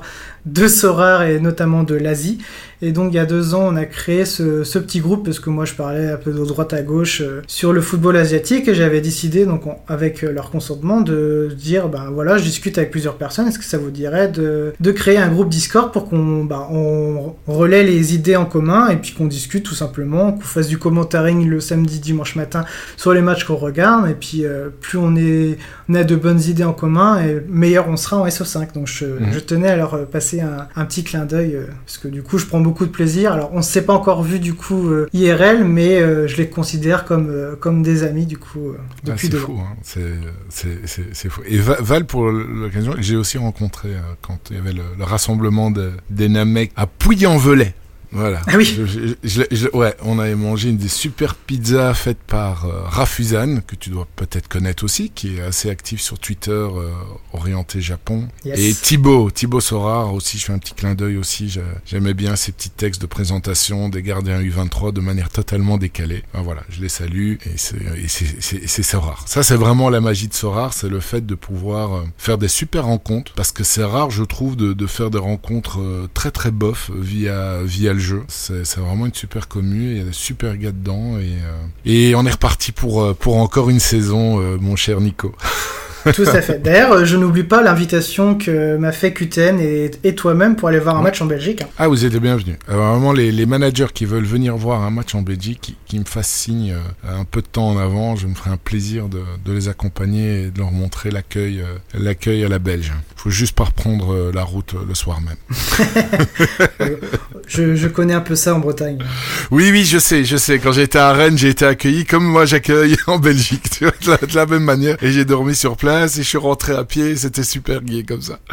de Sorare et notamment de l'Asie. Et donc il y a 2 ans, on a créé ce petit groupe parce que moi je parlais un peu de droite à gauche sur le football asiatique et j'avais décidé donc avec leur consentement de dire voilà, je discute avec plusieurs personnes, est-ce que ça vous dirait de créer un groupe Discord pour qu'on relaie les idées en commun et puis qu'on discute tout simplement, qu'on fasse du commentaring le samedi, dimanche matin sur les matchs qu'on regarde et puis plus on a de bonnes idées en commun et meilleur on sera en SO5. Donc je tenais à leur passer un petit clin d'œil parce que du coup je prends beaucoup de plaisir. Alors on ne s'est pas encore vu du coup IRL, mais je les considère comme des amis du coup depuis 2 ans. Fou, hein. C'est fou. Et Val, pour l'occasion, j'ai aussi rencontré quand il y avait le rassemblement des Namek à Pouilly-en-Velay. Voilà. Ah oui. Ouais, on avait mangé une des super pizzas faites par Rafuzan, que tu dois peut-être connaître aussi, qui est assez actif sur Twitter, orienté Japon. Yes. Et Thibaut Sorare aussi, je fais un petit clin d'œil aussi. J'aimais bien ces petits textes de présentation des gardiens U23 de manière totalement décalée. Ben voilà, je les salue et c'est Sorare. Ça, c'est vraiment la magie de Sorare, c'est le fait de pouvoir faire des super rencontres, parce que c'est rare, je trouve, de faire des rencontres très très bof via le jeu. C'est vraiment une super commu, il y a des super gars dedans et on est reparti pour encore une saison, mon cher Nico. Tout à fait. D'ailleurs, je n'oublie pas l'invitation que m'a fait QTN et toi-même pour aller voir un match en Belgique. Ah, vous êtes les bienvenus. Alors, vraiment, les managers qui veulent venir voir un match en Belgique, qui me fassent signe un peu de temps en avant, je me ferai un plaisir de les accompagner et de leur montrer l'accueil à la Belge. Faut juste pas reprendre la route le soir même. Je connais un peu ça en Bretagne. Oui, je sais. Quand j'étais à Rennes, j'ai été accueilli comme moi j'accueille en Belgique, tu vois, de la même manière. Et j'ai dormi sur place et je suis rentré à pied. C'était super gai comme ça.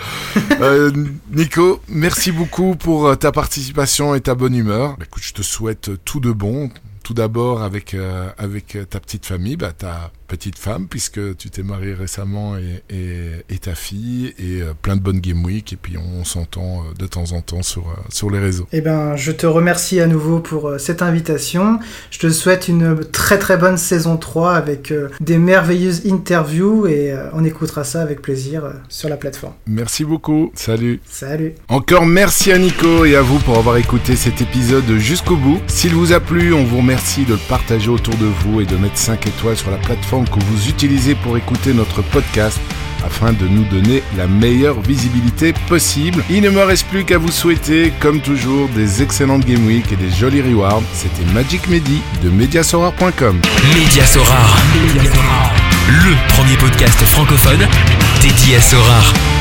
Nico, merci beaucoup pour ta participation et ta bonne humeur. Écoute, je te souhaite tout de bon. Tout d'abord avec ta petite famille, ta petite femme, puisque tu t'es marié récemment et ta fille, et plein de bonnes Game Week, et puis on s'entend de temps en temps sur les réseaux. Eh ben, je te remercie à nouveau pour cette invitation. Je te souhaite une très très bonne saison 3 avec des merveilleuses interviews et on écoutera ça avec plaisir sur la plateforme. Merci beaucoup. Salut. Encore merci à Nico et à vous pour avoir écouté cet épisode jusqu'au bout. S'il vous a plu, on vous remercie de le partager autour de vous et de mettre 5 étoiles sur la plateforme que vous utilisez pour écouter notre podcast afin de nous donner la meilleure visibilité possible. Il ne me reste plus qu'à vous souhaiter, comme toujours, des excellentes Game Week et des jolis rewards. C'était Magic Mehdi de Mediasorare.com. Mediasorare, le premier podcast francophone dédié à Sorare.